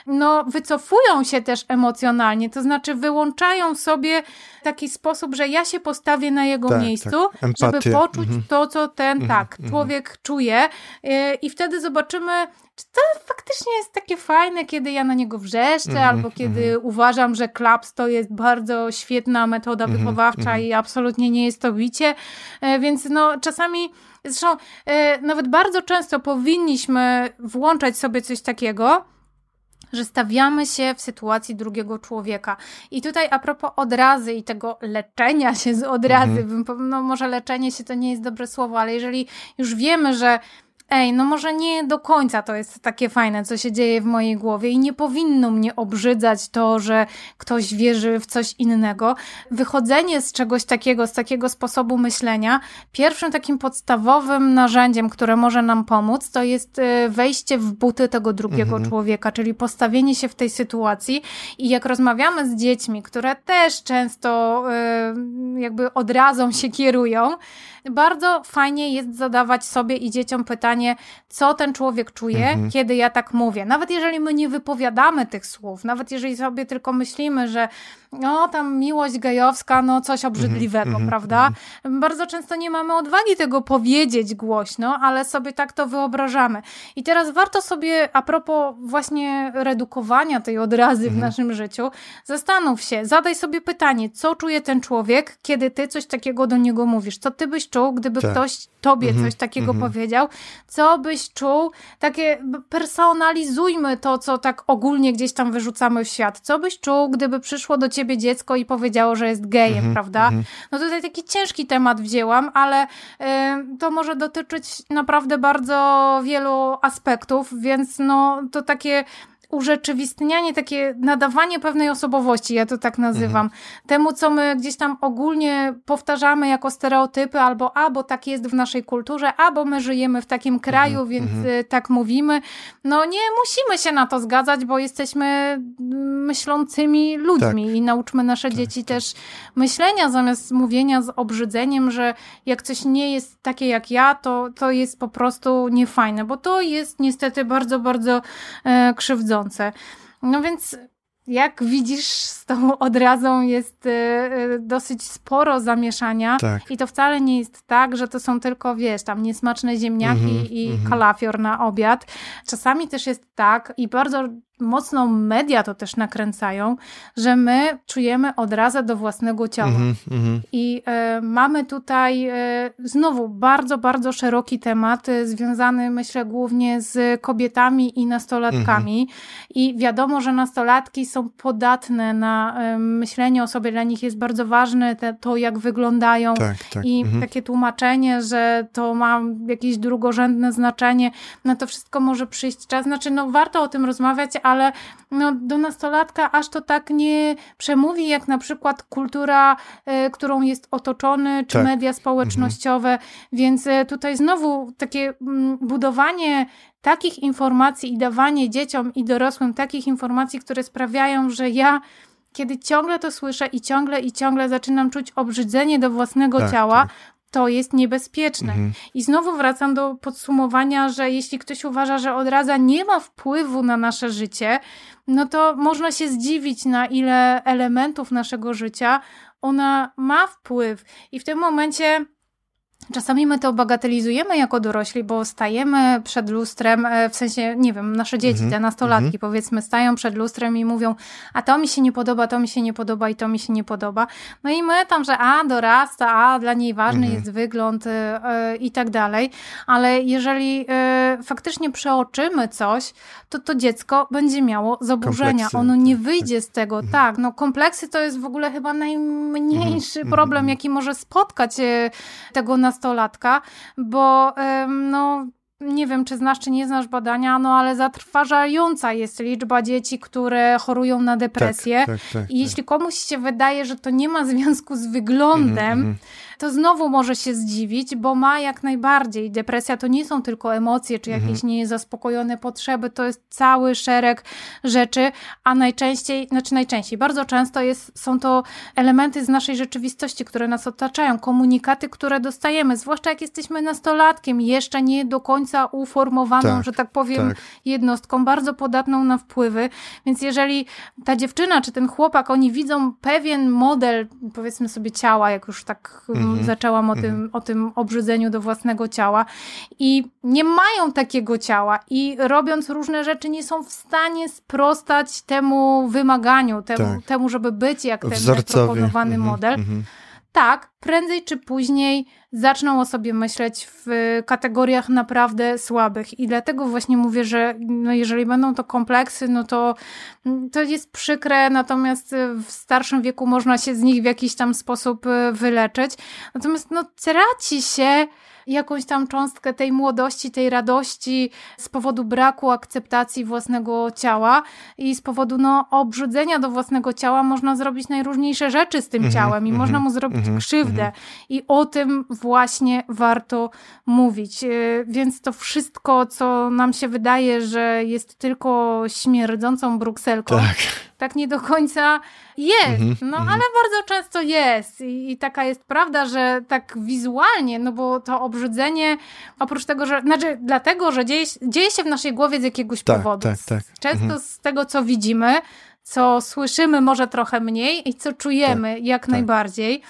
wycofują się też emocjonalnie, to znaczy wyłączają sobie taki sposób, że ja się postawię na jego miejscu, żeby poczuć to, co ten człowiek czuje i wtedy zobaczymy, czy to faktycznie jest takie fajne, kiedy ja na niego wrzeszczę, albo kiedy uważam, że klaps to jest bardzo świetna metoda wychowawcza i absolutnie nie jest to bicie, więc czasami, zresztą nawet bardzo często powinniśmy włączać sobie coś takiego, że stawiamy się w sytuacji drugiego człowieka. I tutaj a propos odrazy i tego leczenia się z odrazy, może leczenie się to nie jest dobre słowo, ale jeżeli już wiemy, że może nie do końca to jest takie fajne, co się dzieje w mojej głowie i nie powinno mnie obrzydzać to, że ktoś wierzy w coś innego. Wychodzenie z czegoś takiego, z takiego sposobu myślenia, pierwszym takim podstawowym narzędziem, które może nam pomóc, to jest wejście w buty tego drugiego człowieka, czyli postawienie się w tej sytuacji i jak rozmawiamy z dziećmi, które też często jakby odrazą się kierują, bardzo fajnie jest zadawać sobie i dzieciom pytanie, co ten człowiek czuje, kiedy ja tak mówię. Nawet jeżeli my nie wypowiadamy tych słów, nawet jeżeli sobie tylko myślimy, że tam miłość gejowska, coś obrzydliwego, prawda? Bardzo często nie mamy odwagi tego powiedzieć głośno, ale sobie tak to wyobrażamy. I teraz warto sobie, a propos właśnie redukowania tej odrazy w naszym życiu, zastanów się, zadaj sobie pytanie, co czuje ten człowiek, kiedy ty coś takiego do niego mówisz? Co ty byś czuł, gdyby ktoś tobie coś takiego powiedział? Co byś czuł? Takie personalizujmy to, co tak ogólnie gdzieś tam wyrzucamy w świat. Co byś czuł, gdyby przyszło do ciebie dziecko i powiedziało, że jest gejem, prawda? Tutaj taki ciężki temat wzięłam, ale to może dotyczyć naprawdę bardzo wielu aspektów, więc to takie urzeczywistnianie, takie nadawanie pewnej osobowości, ja to tak nazywam, temu, co my gdzieś tam ogólnie powtarzamy jako stereotypy, albo bo tak jest w naszej kulturze, bo my żyjemy w takim kraju, więc tak mówimy. Nie musimy się na to zgadzać, bo jesteśmy myślącymi ludźmi i nauczmy nasze dzieci też myślenia, zamiast mówienia z obrzydzeniem, że jak coś nie jest takie jak ja, to jest po prostu niefajne, bo to jest niestety bardzo, bardzo krzywdzące. Więc jak widzisz, z tą odrazą jest dosyć sporo zamieszania i to wcale nie jest tak, że to są tylko, wiesz, tam niesmaczne ziemniaki i kalafior na obiad. Czasami też jest tak i bardzo mocno media to też nakręcają, że my czujemy odrazę do własnego ciała. I mamy tutaj znowu bardzo, bardzo szeroki temat związany, myślę, głównie z kobietami i nastolatkami. I wiadomo, że nastolatki są podatne na myślenie o sobie. Dla nich jest bardzo ważne to, jak wyglądają. I takie tłumaczenie, że to ma jakieś drugorzędne znaczenie, na to wszystko może przyjść czas. Znaczy, no warto o tym rozmawiać, ale no, do nastolatka aż to tak nie przemówi, jak na przykład kultura, którą jest otoczony, czy media społecznościowe. Więc tutaj znowu takie budowanie takich informacji i dawanie dzieciom i dorosłym takich informacji, które sprawiają, że ja kiedy ciągle to słyszę i ciągle zaczynam czuć obrzydzenie do własnego ciała, to jest niebezpieczne. I znowu wracam do podsumowania, że jeśli ktoś uważa, że odraza nie ma wpływu na nasze życie, no to można się zdziwić, na ile elementów naszego życia ona ma wpływ. I w tym momencie czasami my to bagatelizujemy jako dorośli, bo stajemy przed lustrem, w sensie, nie wiem, nasze dzieci, te nastolatki powiedzmy, stają przed lustrem i mówią, a to mi się nie podoba, to mi się nie podoba i to mi się nie podoba. No i my tam, że dorasta, dla niej ważny jest wygląd i tak dalej. Ale jeżeli faktycznie przeoczymy coś, to dziecko będzie miało zaburzenia. Kompleksy, ono nie wyjdzie z tego. Tak, no kompleksy to jest w ogóle chyba najmniejszy problem, jaki może spotkać tego nastolatka, bo no nie wiem, czy znasz, czy nie znasz badania, no ale zatrważająca jest liczba dzieci, które chorują na depresję. I jeśli komuś się wydaje, że to nie ma związku z wyglądem, to znowu może się zdziwić, bo ma jak najbardziej. Depresja to nie są tylko emocje, czy jakieś niezaspokojone potrzeby, to jest cały szereg rzeczy, a bardzo często są to elementy z naszej rzeczywistości, które nas otaczają, komunikaty, które dostajemy, zwłaszcza jak jesteśmy nastolatkiem, jeszcze nie do końca uformowaną, że tak powiem, jednostką, bardzo podatną na wpływy, więc jeżeli ta dziewczyna, czy ten chłopak, oni widzą pewien model, powiedzmy sobie ciała, jak już tak zaczęłam o tym obrzydzeniu do własnego ciała i nie mają takiego ciała i robiąc różne rzeczy nie są w stanie sprostać temu wymaganiu, temu żeby być jak ten proponowany model. Tak, prędzej czy później zaczną o sobie myśleć w kategoriach naprawdę słabych i dlatego właśnie mówię, że no jeżeli będą to kompleksy, no to jest przykre, natomiast w starszym wieku można się z nich w jakiś tam sposób wyleczyć. Natomiast no traci się jakąś tam cząstkę tej młodości, tej radości z powodu braku akceptacji własnego ciała i z powodu obrzydzenia do własnego ciała można zrobić najróżniejsze rzeczy z tym ciałem i można mu zrobić krzywdę i o tym właśnie warto mówić. Więc to wszystko, co nam się wydaje, że jest tylko śmierdzącą brukselką, tak nie do końca jest. Ale bardzo często jest. I taka jest prawda, że tak wizualnie, no bo to obrzydzenie, oprócz tego, że, dlatego, że dzieje się w naszej głowie z jakiegoś powodu. Często z tego, co widzimy, co słyszymy może trochę mniej i co czujemy jak najbardziej.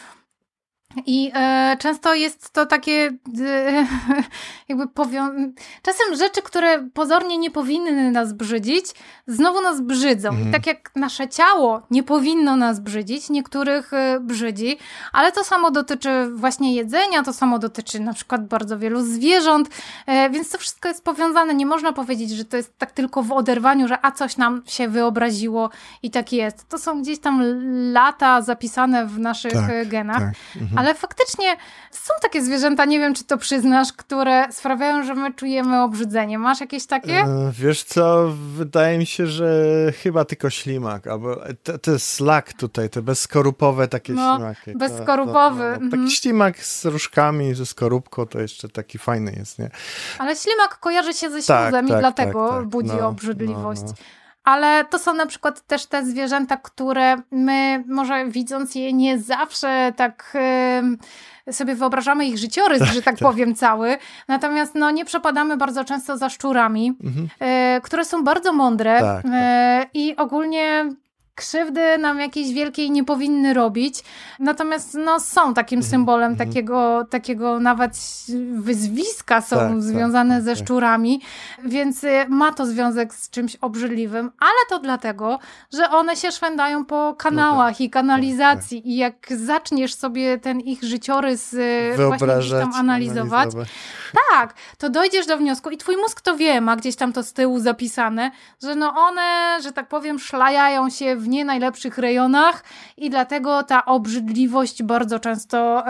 I często jest to takie jakby czasem rzeczy, które pozornie nie powinny nas brzydzić, znowu nas brzydzą. I tak jak nasze ciało nie powinno nas brzydzić, niektórych brzydzi, ale to samo dotyczy właśnie jedzenia, to samo dotyczy na przykład bardzo wielu zwierząt, więc to wszystko jest powiązane. Nie można powiedzieć, że to jest tak tylko w oderwaniu, że coś nam się wyobraziło i tak jest. To są gdzieś tam lata zapisane w naszych genach. Ale faktycznie są takie zwierzęta, nie wiem, czy to przyznasz, które sprawiają, że my czujemy obrzydzenie. Masz jakieś takie? Wiesz co, wydaje mi się, że chyba tylko ślimak, albo to jest slak tutaj, te bezskorupowe takie ślimaki. Bezskorupowy. Taki ślimak z różkami, ze skorupką, to jeszcze taki fajny jest, nie? Ale ślimak kojarzy się ze śluzem i dlatego budzi obrzydliwość. Ale to są na przykład też te zwierzęta, które my może widząc je nie zawsze tak sobie wyobrażamy ich życiorys, że tak powiem cały. Natomiast nie przepadamy bardzo często za szczurami, które są bardzo mądre i ogólnie krzywdy nam jakiejś wielkiej nie powinny robić. Natomiast no, są takim symbolem takiego nawet wyzwiska są związane ze szczurami, więc ma to związek z czymś obrzydliwym, ale to dlatego, że one się szwędają po kanałach i kanalizacji i jak zaczniesz sobie ten ich życiorys właśnie gdzieś tam analizować, tak, to dojdziesz do wniosku i twój mózg to wie, ma gdzieś tam to z tyłu zapisane, że no one, że tak powiem, szlajają się w nie najlepszych rejonach i dlatego ta obrzydliwość bardzo często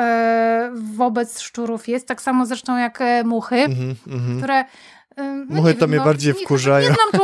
wobec szczurów jest. Tak samo zresztą jak muchy, które... Muchy to mnie bardziej wkurzają. Nie znam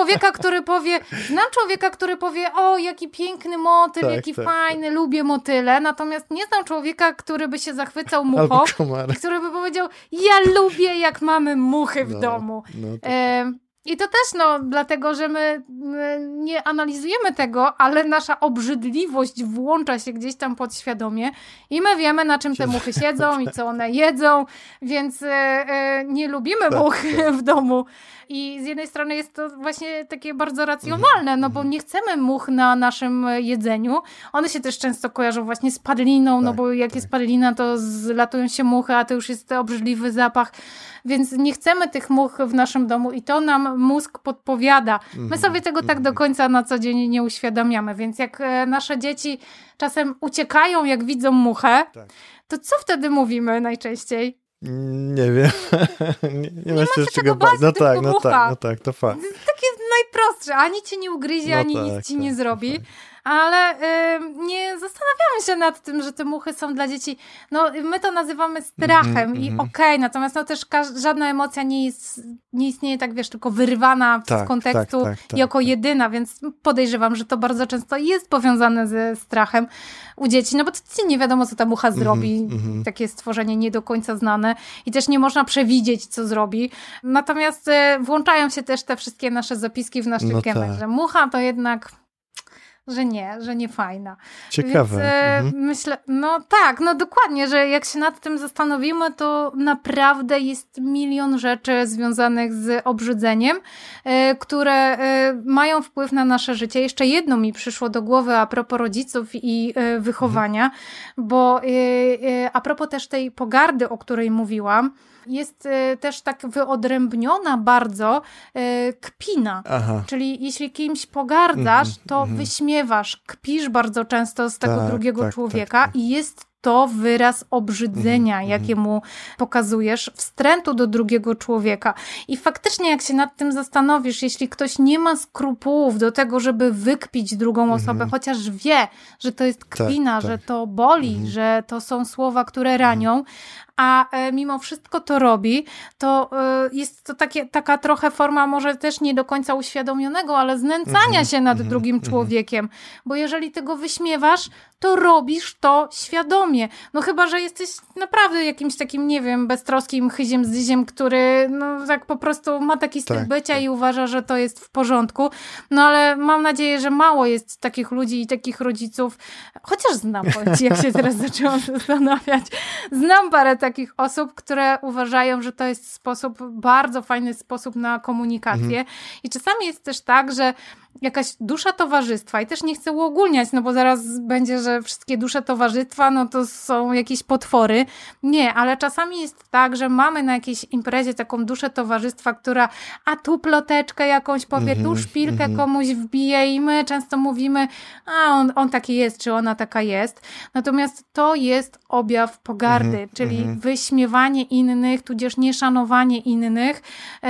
człowieka, który powie, o, jaki piękny motyl, jaki fajny, lubię motyle, natomiast nie znam człowieka, który by się zachwycał muchą i który by powiedział, ja lubię, jak mamy muchy w domu. I to też dlatego, że my nie analizujemy tego, ale nasza obrzydliwość włącza się gdzieś tam podświadomie i my wiemy, na czym te muchy siedzą i co one jedzą, więc nie lubimy much w domu. I z jednej strony jest to właśnie takie bardzo racjonalne, no bo nie chcemy much na naszym jedzeniu. One się też często kojarzą właśnie z padliną, no bo jak jest padlina, to zlatują się muchy, a to już jest obrzydliwy zapach. Więc nie chcemy tych much w naszym domu i to nam mózg podpowiada. My sobie tego tak do końca na co dzień nie uświadamiamy, więc jak nasze dzieci czasem uciekają, jak widzą muchę, to co wtedy mówimy najczęściej? Nie wiem. nie ma się czego bać. No tak, to fakt. Takie najprostsze. Ani cię nie ugryzie, ani nic ci nie zrobi. Ale nie zastanawiamy się nad tym, że te muchy są dla dzieci, no my to nazywamy strachem i okej, natomiast no też żadna emocja nie istnieje tak, wiesz, tylko wyrywana z kontekstu jako jedyna, więc podejrzewam, że to bardzo często jest powiązane ze strachem u dzieci, no bo to nie wiadomo, co ta mucha zrobi, takie stworzenie nie do końca znane i też nie można przewidzieć, co zrobi, natomiast włączają się też te wszystkie nasze zapiski w naszych genach, że mucha to jednak... że nie fajna. Ciekawe. Więc myślę, no dokładnie, że jak się nad tym zastanowimy, to naprawdę jest milion rzeczy związanych z obrzydzeniem, które mają wpływ na nasze życie. Jeszcze jedno mi przyszło do głowy a propos rodziców i wychowania, bo a propos też tej pogardy, o której mówiłam, jest też tak wyodrębniona bardzo kpina. Czyli jeśli kimś pogardzasz, to wyśmiewasz, kpisz bardzo często z tego drugiego człowieka i jest to wyraz obrzydzenia, jakiemu pokazujesz, wstrętu do drugiego człowieka. I faktycznie jak się nad tym zastanowisz, jeśli ktoś nie ma skrupułów do tego, żeby wykpić drugą osobę, chociaż wie, że to jest kpina, że to boli, że to są słowa, które ranią, a mimo wszystko to robi, to jest to taka trochę forma może też nie do końca uświadomionego, ale znęcania się nad drugim człowiekiem, bo jeżeli ty go wyśmiewasz, to robisz to świadomie. No chyba, że jesteś naprawdę jakimś takim, nie wiem, beztroskim chyziem zdyziem, który no tak po prostu ma taki styl bycia i uważa, że to jest w porządku. No ale mam nadzieję, że mało jest takich ludzi i takich rodziców, chociaż znam, jak się teraz zaczęłam zastanawiać, znam parę takich osób, które uważają, że to jest bardzo fajny sposób na komunikację. I czasami jest też tak, że jakaś dusza towarzystwa, i też nie chcę uogólniać, no bo zaraz będzie, że wszystkie dusze towarzystwa, no to są jakieś potwory. Nie, ale czasami jest tak, że mamy na jakiejś imprezie taką duszę towarzystwa, która tu ploteczkę jakąś powie, tu szpilkę komuś wbije i my często mówimy, on taki jest, czy ona taka jest. Natomiast to jest objaw pogardy, czyli wyśmiewanie innych, tudzież nieszanowanie innych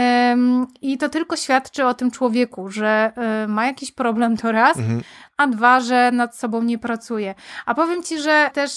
i to tylko świadczy o tym człowieku, że ma jakiś problem to raz, a dwa, że nad sobą nie pracuje. A powiem ci, że też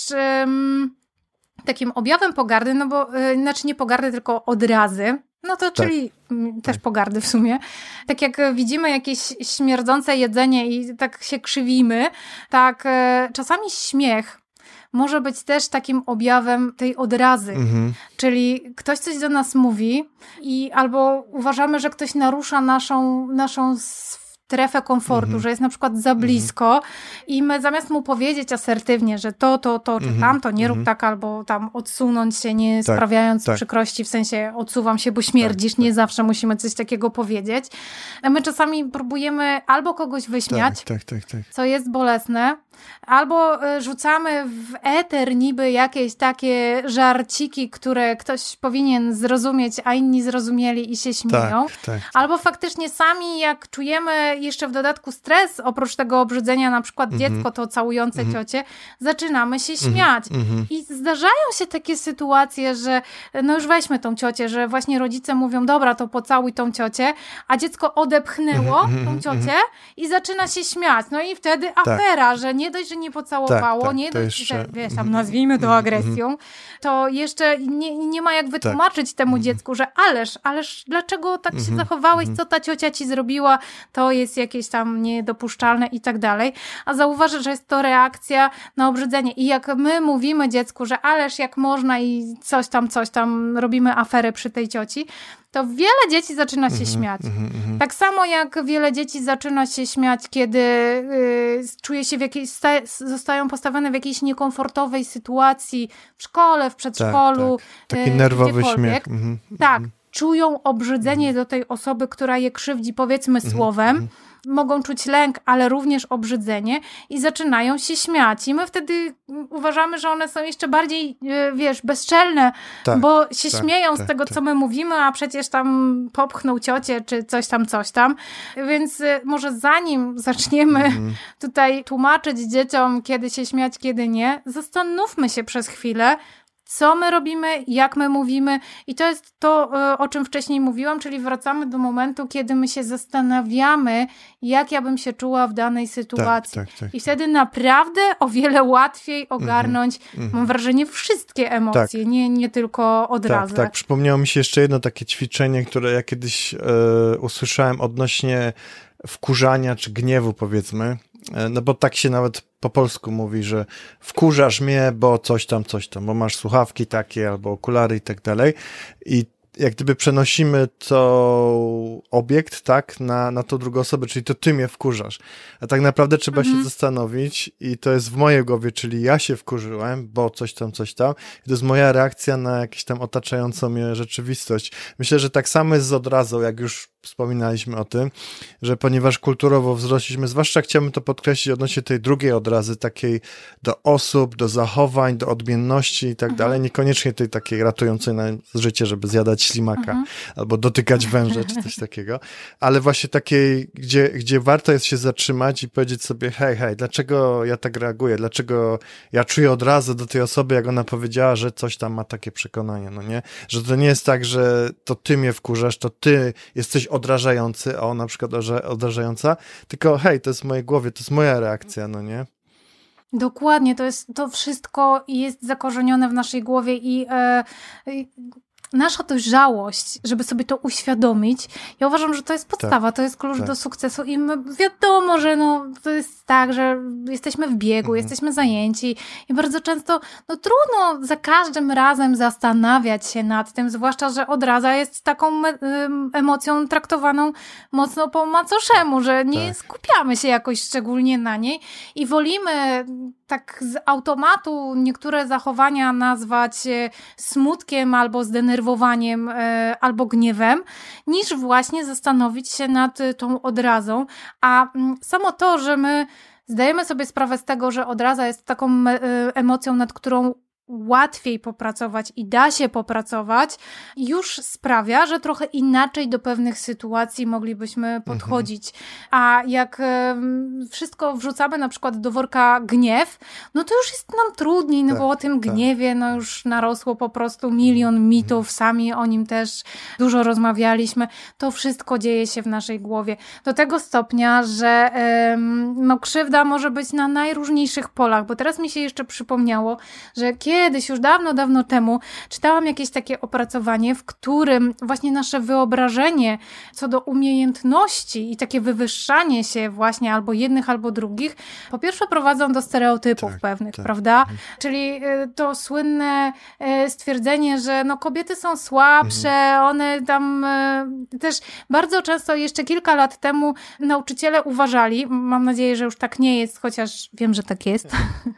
takim objawem pogardy, no bo znaczy nie pogardy, tylko odrazy, no to czyli też pogardy w sumie. Tak jak widzimy jakieś śmierdzące jedzenie i tak się krzywimy, tak czasami śmiech może być też takim objawem tej odrazy. Czyli ktoś coś do nas mówi i albo uważamy, że ktoś narusza naszą strefę komfortu, że jest na przykład za blisko i my zamiast mu powiedzieć asertywnie, że to czy tamto, nie rób tak, albo tam odsunąć się, nie sprawiając przykrości, w sensie odsuwam się, bo śmierdzisz, nie zawsze musimy coś takiego powiedzieć. A my czasami próbujemy albo kogoś wyśmiać, co jest bolesne, albo rzucamy w eter niby jakieś takie żarciki, które ktoś powinien zrozumieć, a inni zrozumieli i się śmieją. Albo faktycznie sami, jak czujemy jeszcze w dodatku stres, oprócz tego obrzydzenia, na przykład dziecko to całujące ciocie, zaczynamy się śmiać. I zdarzają się takie sytuacje, że no już weźmy tą ciocię, że właśnie rodzice mówią, dobra, to pocałuj tą ciocię, a dziecko odepchnęło tą ciocię i zaczyna się śmiać. No i wtedy afera, że nie dość, że nie pocałowało, nie dość, że wiesz, tam nazwijmy to agresją, to jeszcze nie ma jak wytłumaczyć temu dziecku, że ależ dlaczego tak się zachowałeś, co ta ciocia ci zrobiła, to jest jakieś tam niedopuszczalne i tak dalej. A zauważę, że jest to reakcja na obrzydzenie. I jak my mówimy dziecku, że ależ jak można i coś tam, robimy aferę przy tej cioci, to wiele dzieci zaczyna się śmiać. Tak samo jak wiele dzieci zaczyna się śmiać, kiedy czuje się zostają postawione w jakiejś niekomfortowej sytuacji w szkole, w przedszkolu, taki nerwowy śmiech. Tak, czują obrzydzenie do tej osoby, która je krzywdzi, powiedzmy słowem. Mogą czuć lęk, ale również obrzydzenie i zaczynają się śmiać. I my wtedy uważamy, że one są jeszcze bardziej, bezczelne, bo się śmieją z tego, co my mówimy, a przecież tam popchnął ciocię, czy coś tam. Więc może zanim zaczniemy tutaj tłumaczyć dzieciom, kiedy się śmiać, kiedy nie, zastanówmy się przez chwilę, co my robimy, jak my mówimy i to jest to, o czym wcześniej mówiłam, czyli wracamy do momentu, kiedy my się zastanawiamy, jak ja bym się czuła w danej sytuacji. I wtedy naprawdę o wiele łatwiej ogarnąć, mam wrażenie, wszystkie emocje, nie tylko odrazę. Tak, przypomniało mi się jeszcze jedno takie ćwiczenie, które ja kiedyś usłyszałem odnośnie wkurzania czy gniewu, powiedzmy. No bo tak się nawet po polsku mówi, że wkurzasz mnie, bo coś tam, bo masz słuchawki takie albo okulary i tak dalej. I jak gdyby przenosimy to obiekt, tak, na tą drugą osobę, czyli to ty mnie wkurzasz. A tak naprawdę trzeba się zastanowić i to jest w mojej głowie, czyli ja się wkurzyłem, bo coś tam. I to jest moja reakcja na jakąś tam otaczającą mnie rzeczywistość. Myślę, że tak samo jest z odrazą, jak już wspominaliśmy o tym, że ponieważ kulturowo wzrośliśmy, zwłaszcza chciałbym to podkreślić odnośnie tej drugiej odrazy, takiej do osób, do zachowań, do odmienności i tak dalej, niekoniecznie tej takiej ratującej nam życie, żeby zjadać ślimaka albo dotykać węża czy coś takiego, ale właśnie takiej, gdzie warto jest się zatrzymać i powiedzieć sobie, hej, dlaczego ja tak reaguję, dlaczego ja czuję odrazę do tej osoby, jak ona powiedziała, że coś tam ma takie przekonanie, no nie? Że to nie jest tak, że to ty mnie wkurzasz, to ty jesteś odrażający, a ona na przykład odrażająca, tylko hej, to jest w mojej głowie, to jest moja reakcja, no nie? Dokładnie, to wszystko jest zakorzenione w naszej głowie i nasza dojrzałość, żeby sobie to uświadomić, ja uważam, że to jest podstawa, to jest klucz do sukcesu i wiadomo, że to jest tak, że jesteśmy w biegu, jesteśmy zajęci i bardzo często trudno za każdym razem zastanawiać się nad tym, zwłaszcza, że odraza jest taką emocją traktowaną mocno po macoszemu, że nie skupiamy się jakoś szczególnie na niej i wolimy tak z automatu niektóre zachowania nazwać smutkiem albo zdenerwowaniem, albo gniewem, niż właśnie zastanowić się nad tą odrazą. A samo to, że my zdajemy sobie sprawę z tego, że odraza jest taką emocją, nad którą łatwiej popracować i da się popracować, już sprawia, że trochę inaczej do pewnych sytuacji moglibyśmy podchodzić. A jak wszystko wrzucamy na przykład do worka gniew, to już jest nam trudniej, bo o tym gniewie już narosło po prostu milion mitów, sami o nim też dużo rozmawialiśmy. To wszystko dzieje się w naszej głowie. Do tego stopnia, że krzywda może być na najróżniejszych polach, bo teraz mi się jeszcze przypomniało, że kiedyś, już dawno, dawno temu czytałam jakieś takie opracowanie, w którym właśnie nasze wyobrażenie co do umiejętności i takie wywyższanie się właśnie albo jednych, albo drugich, po pierwsze prowadzą do stereotypów pewnych, prawda? Czyli to słynne stwierdzenie, że no kobiety są słabsze, one tam też bardzo często jeszcze kilka lat temu nauczyciele uważali, mam nadzieję, że już tak nie jest, chociaż wiem, że tak jest,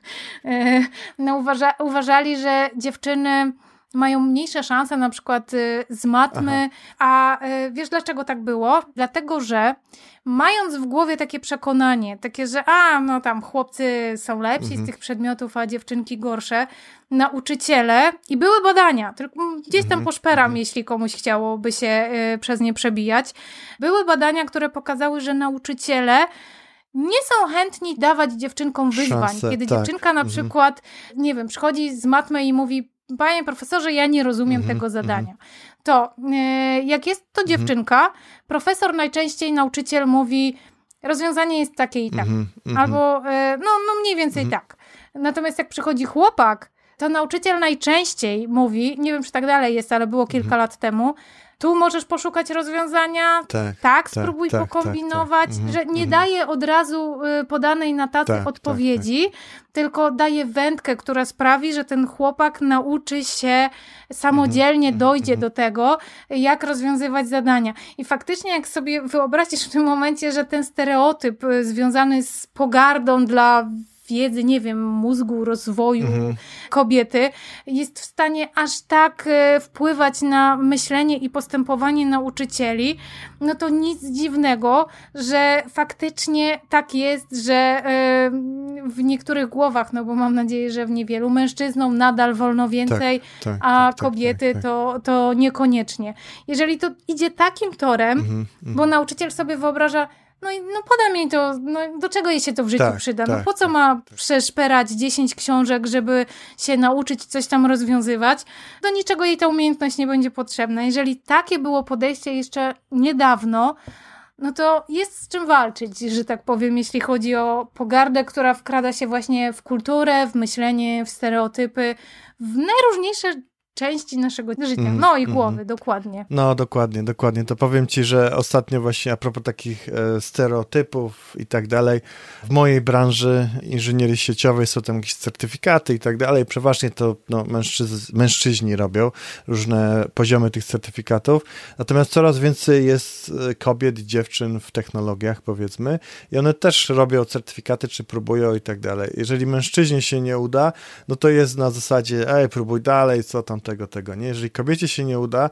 uważali, że dziewczyny mają mniejsze szanse na przykład z matmy, a wiesz dlaczego tak było? Dlatego, że mając w głowie takie przekonanie, takie, że no tam chłopcy są lepsi z tych przedmiotów, a dziewczynki gorsze, nauczyciele, i były badania, tylko gdzieś tam poszperam, jeśli komuś chciałoby się przez nie przebijać, były badania, które pokazały, że nauczyciele nie są chętni dawać dziewczynkom wyzwań. Kiedy dziewczynka na przykład, nie wiem, przychodzi z matmy i mówi: panie profesorze, ja nie rozumiem tego zadania. To jak jest to dziewczynka, profesor najczęściej, nauczyciel mówi: rozwiązanie jest takie i tak. Albo no mniej więcej tak. Natomiast jak przychodzi chłopak, to nauczyciel najczęściej mówi, nie wiem czy tak dalej jest, ale było kilka lat temu, tu możesz poszukać rozwiązania, spróbuj pokombinować, że nie daje od razu podanej na tacy odpowiedzi, tylko daje wędkę, która sprawi, że ten chłopak nauczy się samodzielnie, dojdzie do tego, jak rozwiązywać zadania. I faktycznie jak sobie wyobrazisz w tym momencie, że ten stereotyp związany z pogardą dla wiedzy, nie wiem, mózgu, rozwoju kobiety, jest w stanie aż tak wpływać na myślenie i postępowanie nauczycieli, no to nic dziwnego, że faktycznie tak jest, że w niektórych głowach, no bo mam nadzieję, że w niewielu, mężczyznom nadal wolno więcej, a kobiety to niekoniecznie. Jeżeli to idzie takim torem, bo nauczyciel sobie wyobraża, no poda mi to, do czego jej się to w życiu przyda? No po co ma przeszperać 10 książek, żeby się nauczyć coś tam rozwiązywać? Do niczego jej ta umiejętność nie będzie potrzebna. Jeżeli takie było podejście jeszcze niedawno, no to jest z czym walczyć, że tak powiem, jeśli chodzi o pogardę, która wkrada się właśnie w kulturę, w myślenie, w stereotypy, w najróżniejsze części naszego życia, i głowy, dokładnie. No, dokładnie. To powiem ci, że ostatnio właśnie a propos takich stereotypów i tak dalej, w mojej branży inżynierii sieciowej są tam jakieś certyfikaty i tak dalej, przeważnie to mężczyźni robią różne poziomy tych certyfikatów, natomiast coraz więcej jest kobiet i dziewczyn w technologiach, powiedzmy, i one też robią certyfikaty, czy próbują i tak dalej. Jeżeli mężczyźnie się nie uda, no to jest na zasadzie, próbuj dalej, co tam tego, nie? Jeżeli kobiecie się nie uda,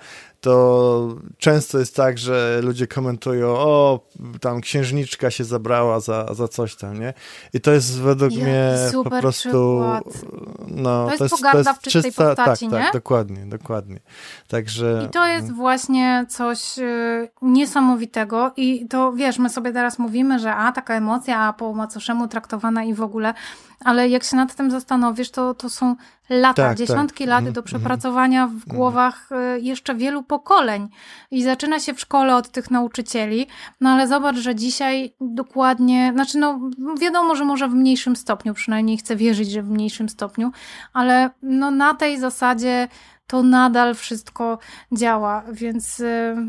to często jest tak, że ludzie komentują, tam księżniczka się zabrała za coś tam, nie? I to jest według mnie po prostu to jest pogarda w czystej postaci, nie? Tak, dokładnie. Także... I to jest właśnie coś niesamowitego i to, wiesz, my sobie teraz mówimy, że taka emocja, a po macoszemu traktowana i w ogóle, ale jak się nad tym zastanowisz, to są lata, dziesiątki lat do przepracowania w głowach jeszcze wielu pokoleń. I zaczyna się w szkole od tych nauczycieli, ale zobacz, że dzisiaj dokładnie, wiadomo, że może w mniejszym stopniu, przynajmniej chcę wierzyć, że w mniejszym stopniu, ale na tej zasadzie to nadal wszystko działa, więc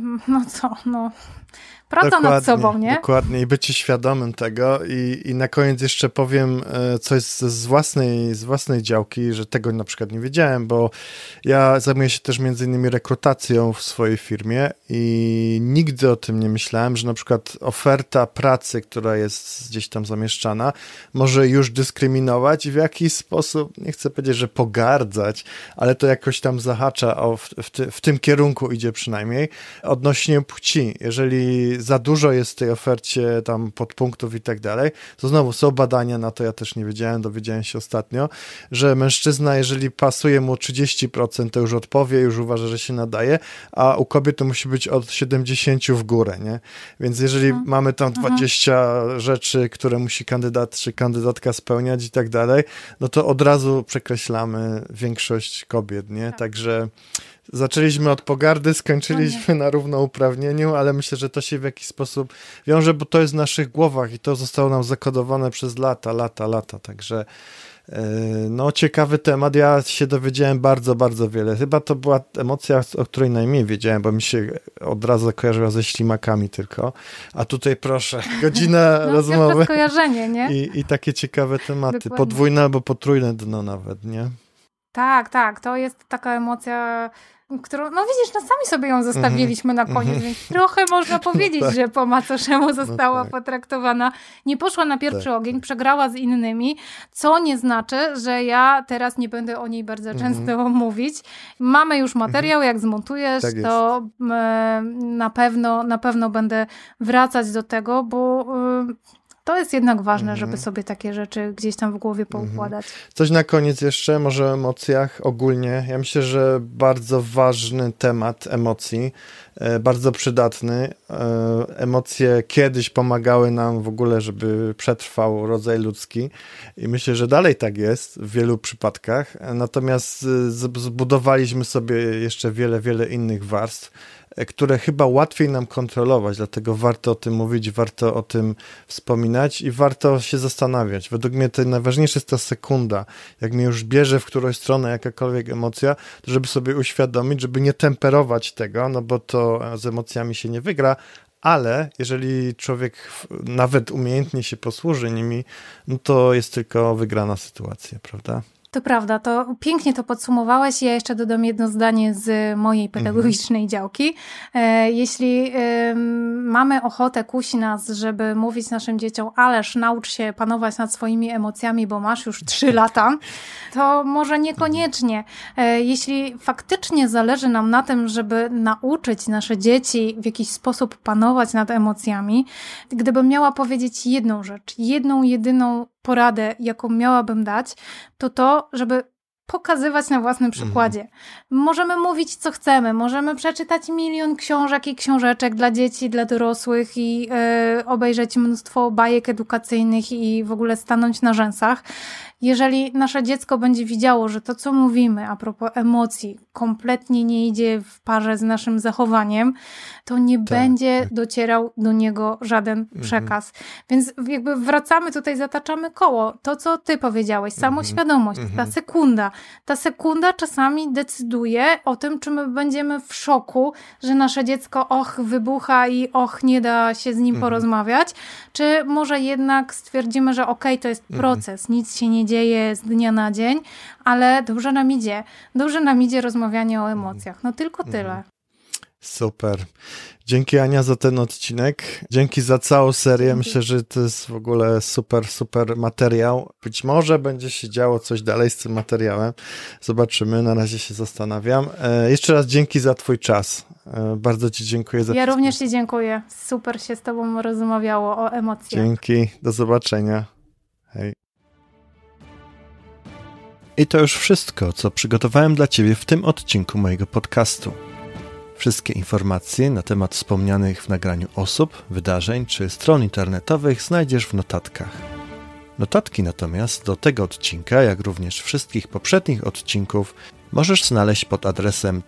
praca nad sobą, nie? Dokładnie i bycie świadomym tego i na koniec jeszcze powiem coś z własnej działki, że tego na przykład nie wiedziałem, bo ja zajmuję się też między innymi rekrutacją w swojej firmie i nigdy o tym nie myślałem, że na przykład oferta pracy, która jest gdzieś tam zamieszczana, może już dyskryminować i w jakiś sposób, nie chcę powiedzieć, że pogardzać, ale to jakoś tam zahacza, w tym kierunku idzie przynajmniej, odnośnie płci. Jeżeli za dużo jest w tej ofercie tam podpunktów i tak dalej, to znowu są badania na to, ja też nie wiedziałem, dowiedziałem się ostatnio, że mężczyzna, jeżeli pasuje mu 30%, to już odpowie, już uważa, że się nadaje, a u kobiet to musi być od 70 w górę, nie? Więc jeżeli mamy tam 20 rzeczy, które musi kandydat czy kandydatka spełniać i tak dalej, no to od razu przekreślamy większość kobiet, nie? Także Zaczęliśmy od pogardy, skończyliśmy na równouprawnieniu, ale myślę, że to się w jakiś sposób wiąże, bo to jest w naszych głowach i to zostało nam zakodowane przez lata, także ciekawy temat. Ja się dowiedziałem bardzo, bardzo wiele. Chyba to była emocja, o której najmniej wiedziałem, bo mi się od razu kojarzyła ze ślimakami tylko. A tutaj proszę, godzina rozmowy. Skojarzenie, nie? I takie ciekawe tematy. Dokładnie. Podwójne albo potrójne dno nawet, nie? Tak. To jest taka emocja, którą, widzisz, sami sobie ją zostawiliśmy na koniec, więc trochę można powiedzieć, że po macoszemu została potraktowana. Nie poszła na pierwszy ogień, przegrała z innymi, co nie znaczy, że ja teraz nie będę o niej bardzo często mówić. Mamy już materiał, jak zmontujesz, tak to na pewno będę wracać do tego, bo to jest jednak ważne, żeby sobie takie rzeczy gdzieś tam w głowie poukładać. Coś na koniec jeszcze, może o emocjach ogólnie. Ja myślę, że bardzo ważny temat emocji, bardzo przydatny. Emocje kiedyś pomagały nam w ogóle, żeby przetrwał rodzaj ludzki i myślę, że dalej tak jest w wielu przypadkach. Natomiast zbudowaliśmy sobie jeszcze wiele innych warstw, które chyba łatwiej nam kontrolować, dlatego warto o tym mówić, warto o tym wspominać i warto się zastanawiać. Według mnie to najważniejsze jest ta sekunda. Jak mnie już bierze w którąś stronę jakakolwiek emocja, to żeby sobie uświadomić, żeby nie temperować tego, no bo to z emocjami się nie wygra, ale jeżeli człowiek nawet umiejętnie się posłuży nimi, no to jest tylko wygrana sytuacja, prawda? To prawda, to pięknie to podsumowałeś. Ja jeszcze dodam jedno zdanie z mojej pedagogicznej działki. Jeśli mamy ochotę, kusi nas, żeby mówić naszym dzieciom, ależ naucz się panować nad swoimi emocjami, bo masz już 3 lata, to może niekoniecznie. Jeśli faktycznie zależy nam na tym, żeby nauczyć nasze dzieci w jakiś sposób panować nad emocjami, gdybym miała powiedzieć jedną rzecz, jedną, jedyną poradę, jaką miałabym dać, to, żeby pokazywać na własnym przykładzie. Możemy mówić, co chcemy, możemy przeczytać 1 milion książek i książeczek dla dzieci, dla dorosłych i obejrzeć mnóstwo bajek edukacyjnych i w ogóle stanąć na rzęsach. Jeżeli nasze dziecko będzie widziało, że to, co mówimy a propos emocji, kompletnie nie idzie w parze z naszym zachowaniem, to nie będzie docierał do niego żaden przekaz. Więc jakby wracamy tutaj, zataczamy koło. To, co ty powiedziałeś, samoświadomość, ta sekunda czasami decyduje o tym, czy my będziemy w szoku, że nasze dziecko wybucha i nie da się z nim porozmawiać, czy może jednak stwierdzimy, że to jest proces, nic się nie dzieje z dnia na dzień, ale dobrze nam idzie rozmawianie o emocjach. No tylko tyle. Super. Dzięki, Ania, za ten odcinek. Dzięki za całą serię. Myślę, że to jest w ogóle super materiał. Być może będzie się działo coś dalej z tym materiałem. Zobaczymy. Na razie się zastanawiam. Jeszcze raz dzięki za twój czas. Bardzo ci dziękuję za Ja również ci dziękuję. Super się z tobą rozmawiało o emocjach. Dzięki. Do zobaczenia. Hej. I to już wszystko, co przygotowałem dla ciebie w tym odcinku mojego podcastu. Wszystkie informacje na temat wspomnianych w nagraniu osób, wydarzeń czy stron internetowych znajdziesz w notatkach. Notatki natomiast do tego odcinka, jak również wszystkich poprzednich odcinków, możesz znaleźć pod adresem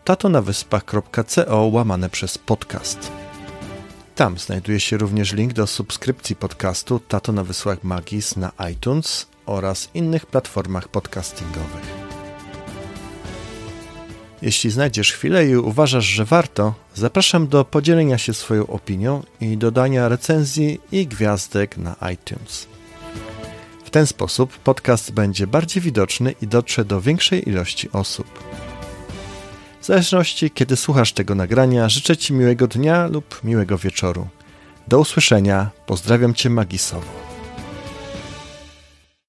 tatonawyspach.co/podcast. Tam znajduje się również link do subskrypcji podcastu Tato na Wyspach Magis na iTunes oraz innych platformach podcastingowych. Jeśli znajdziesz chwilę i uważasz, że warto, zapraszam do podzielenia się swoją opinią i dodania recenzji i gwiazdek na iTunes. W ten sposób podcast będzie bardziej widoczny i dotrze do większej ilości osób. W zależności, kiedy słuchasz tego nagrania, życzę ci miłego dnia lub miłego wieczoru. Do usłyszenia, pozdrawiam cię magisowo.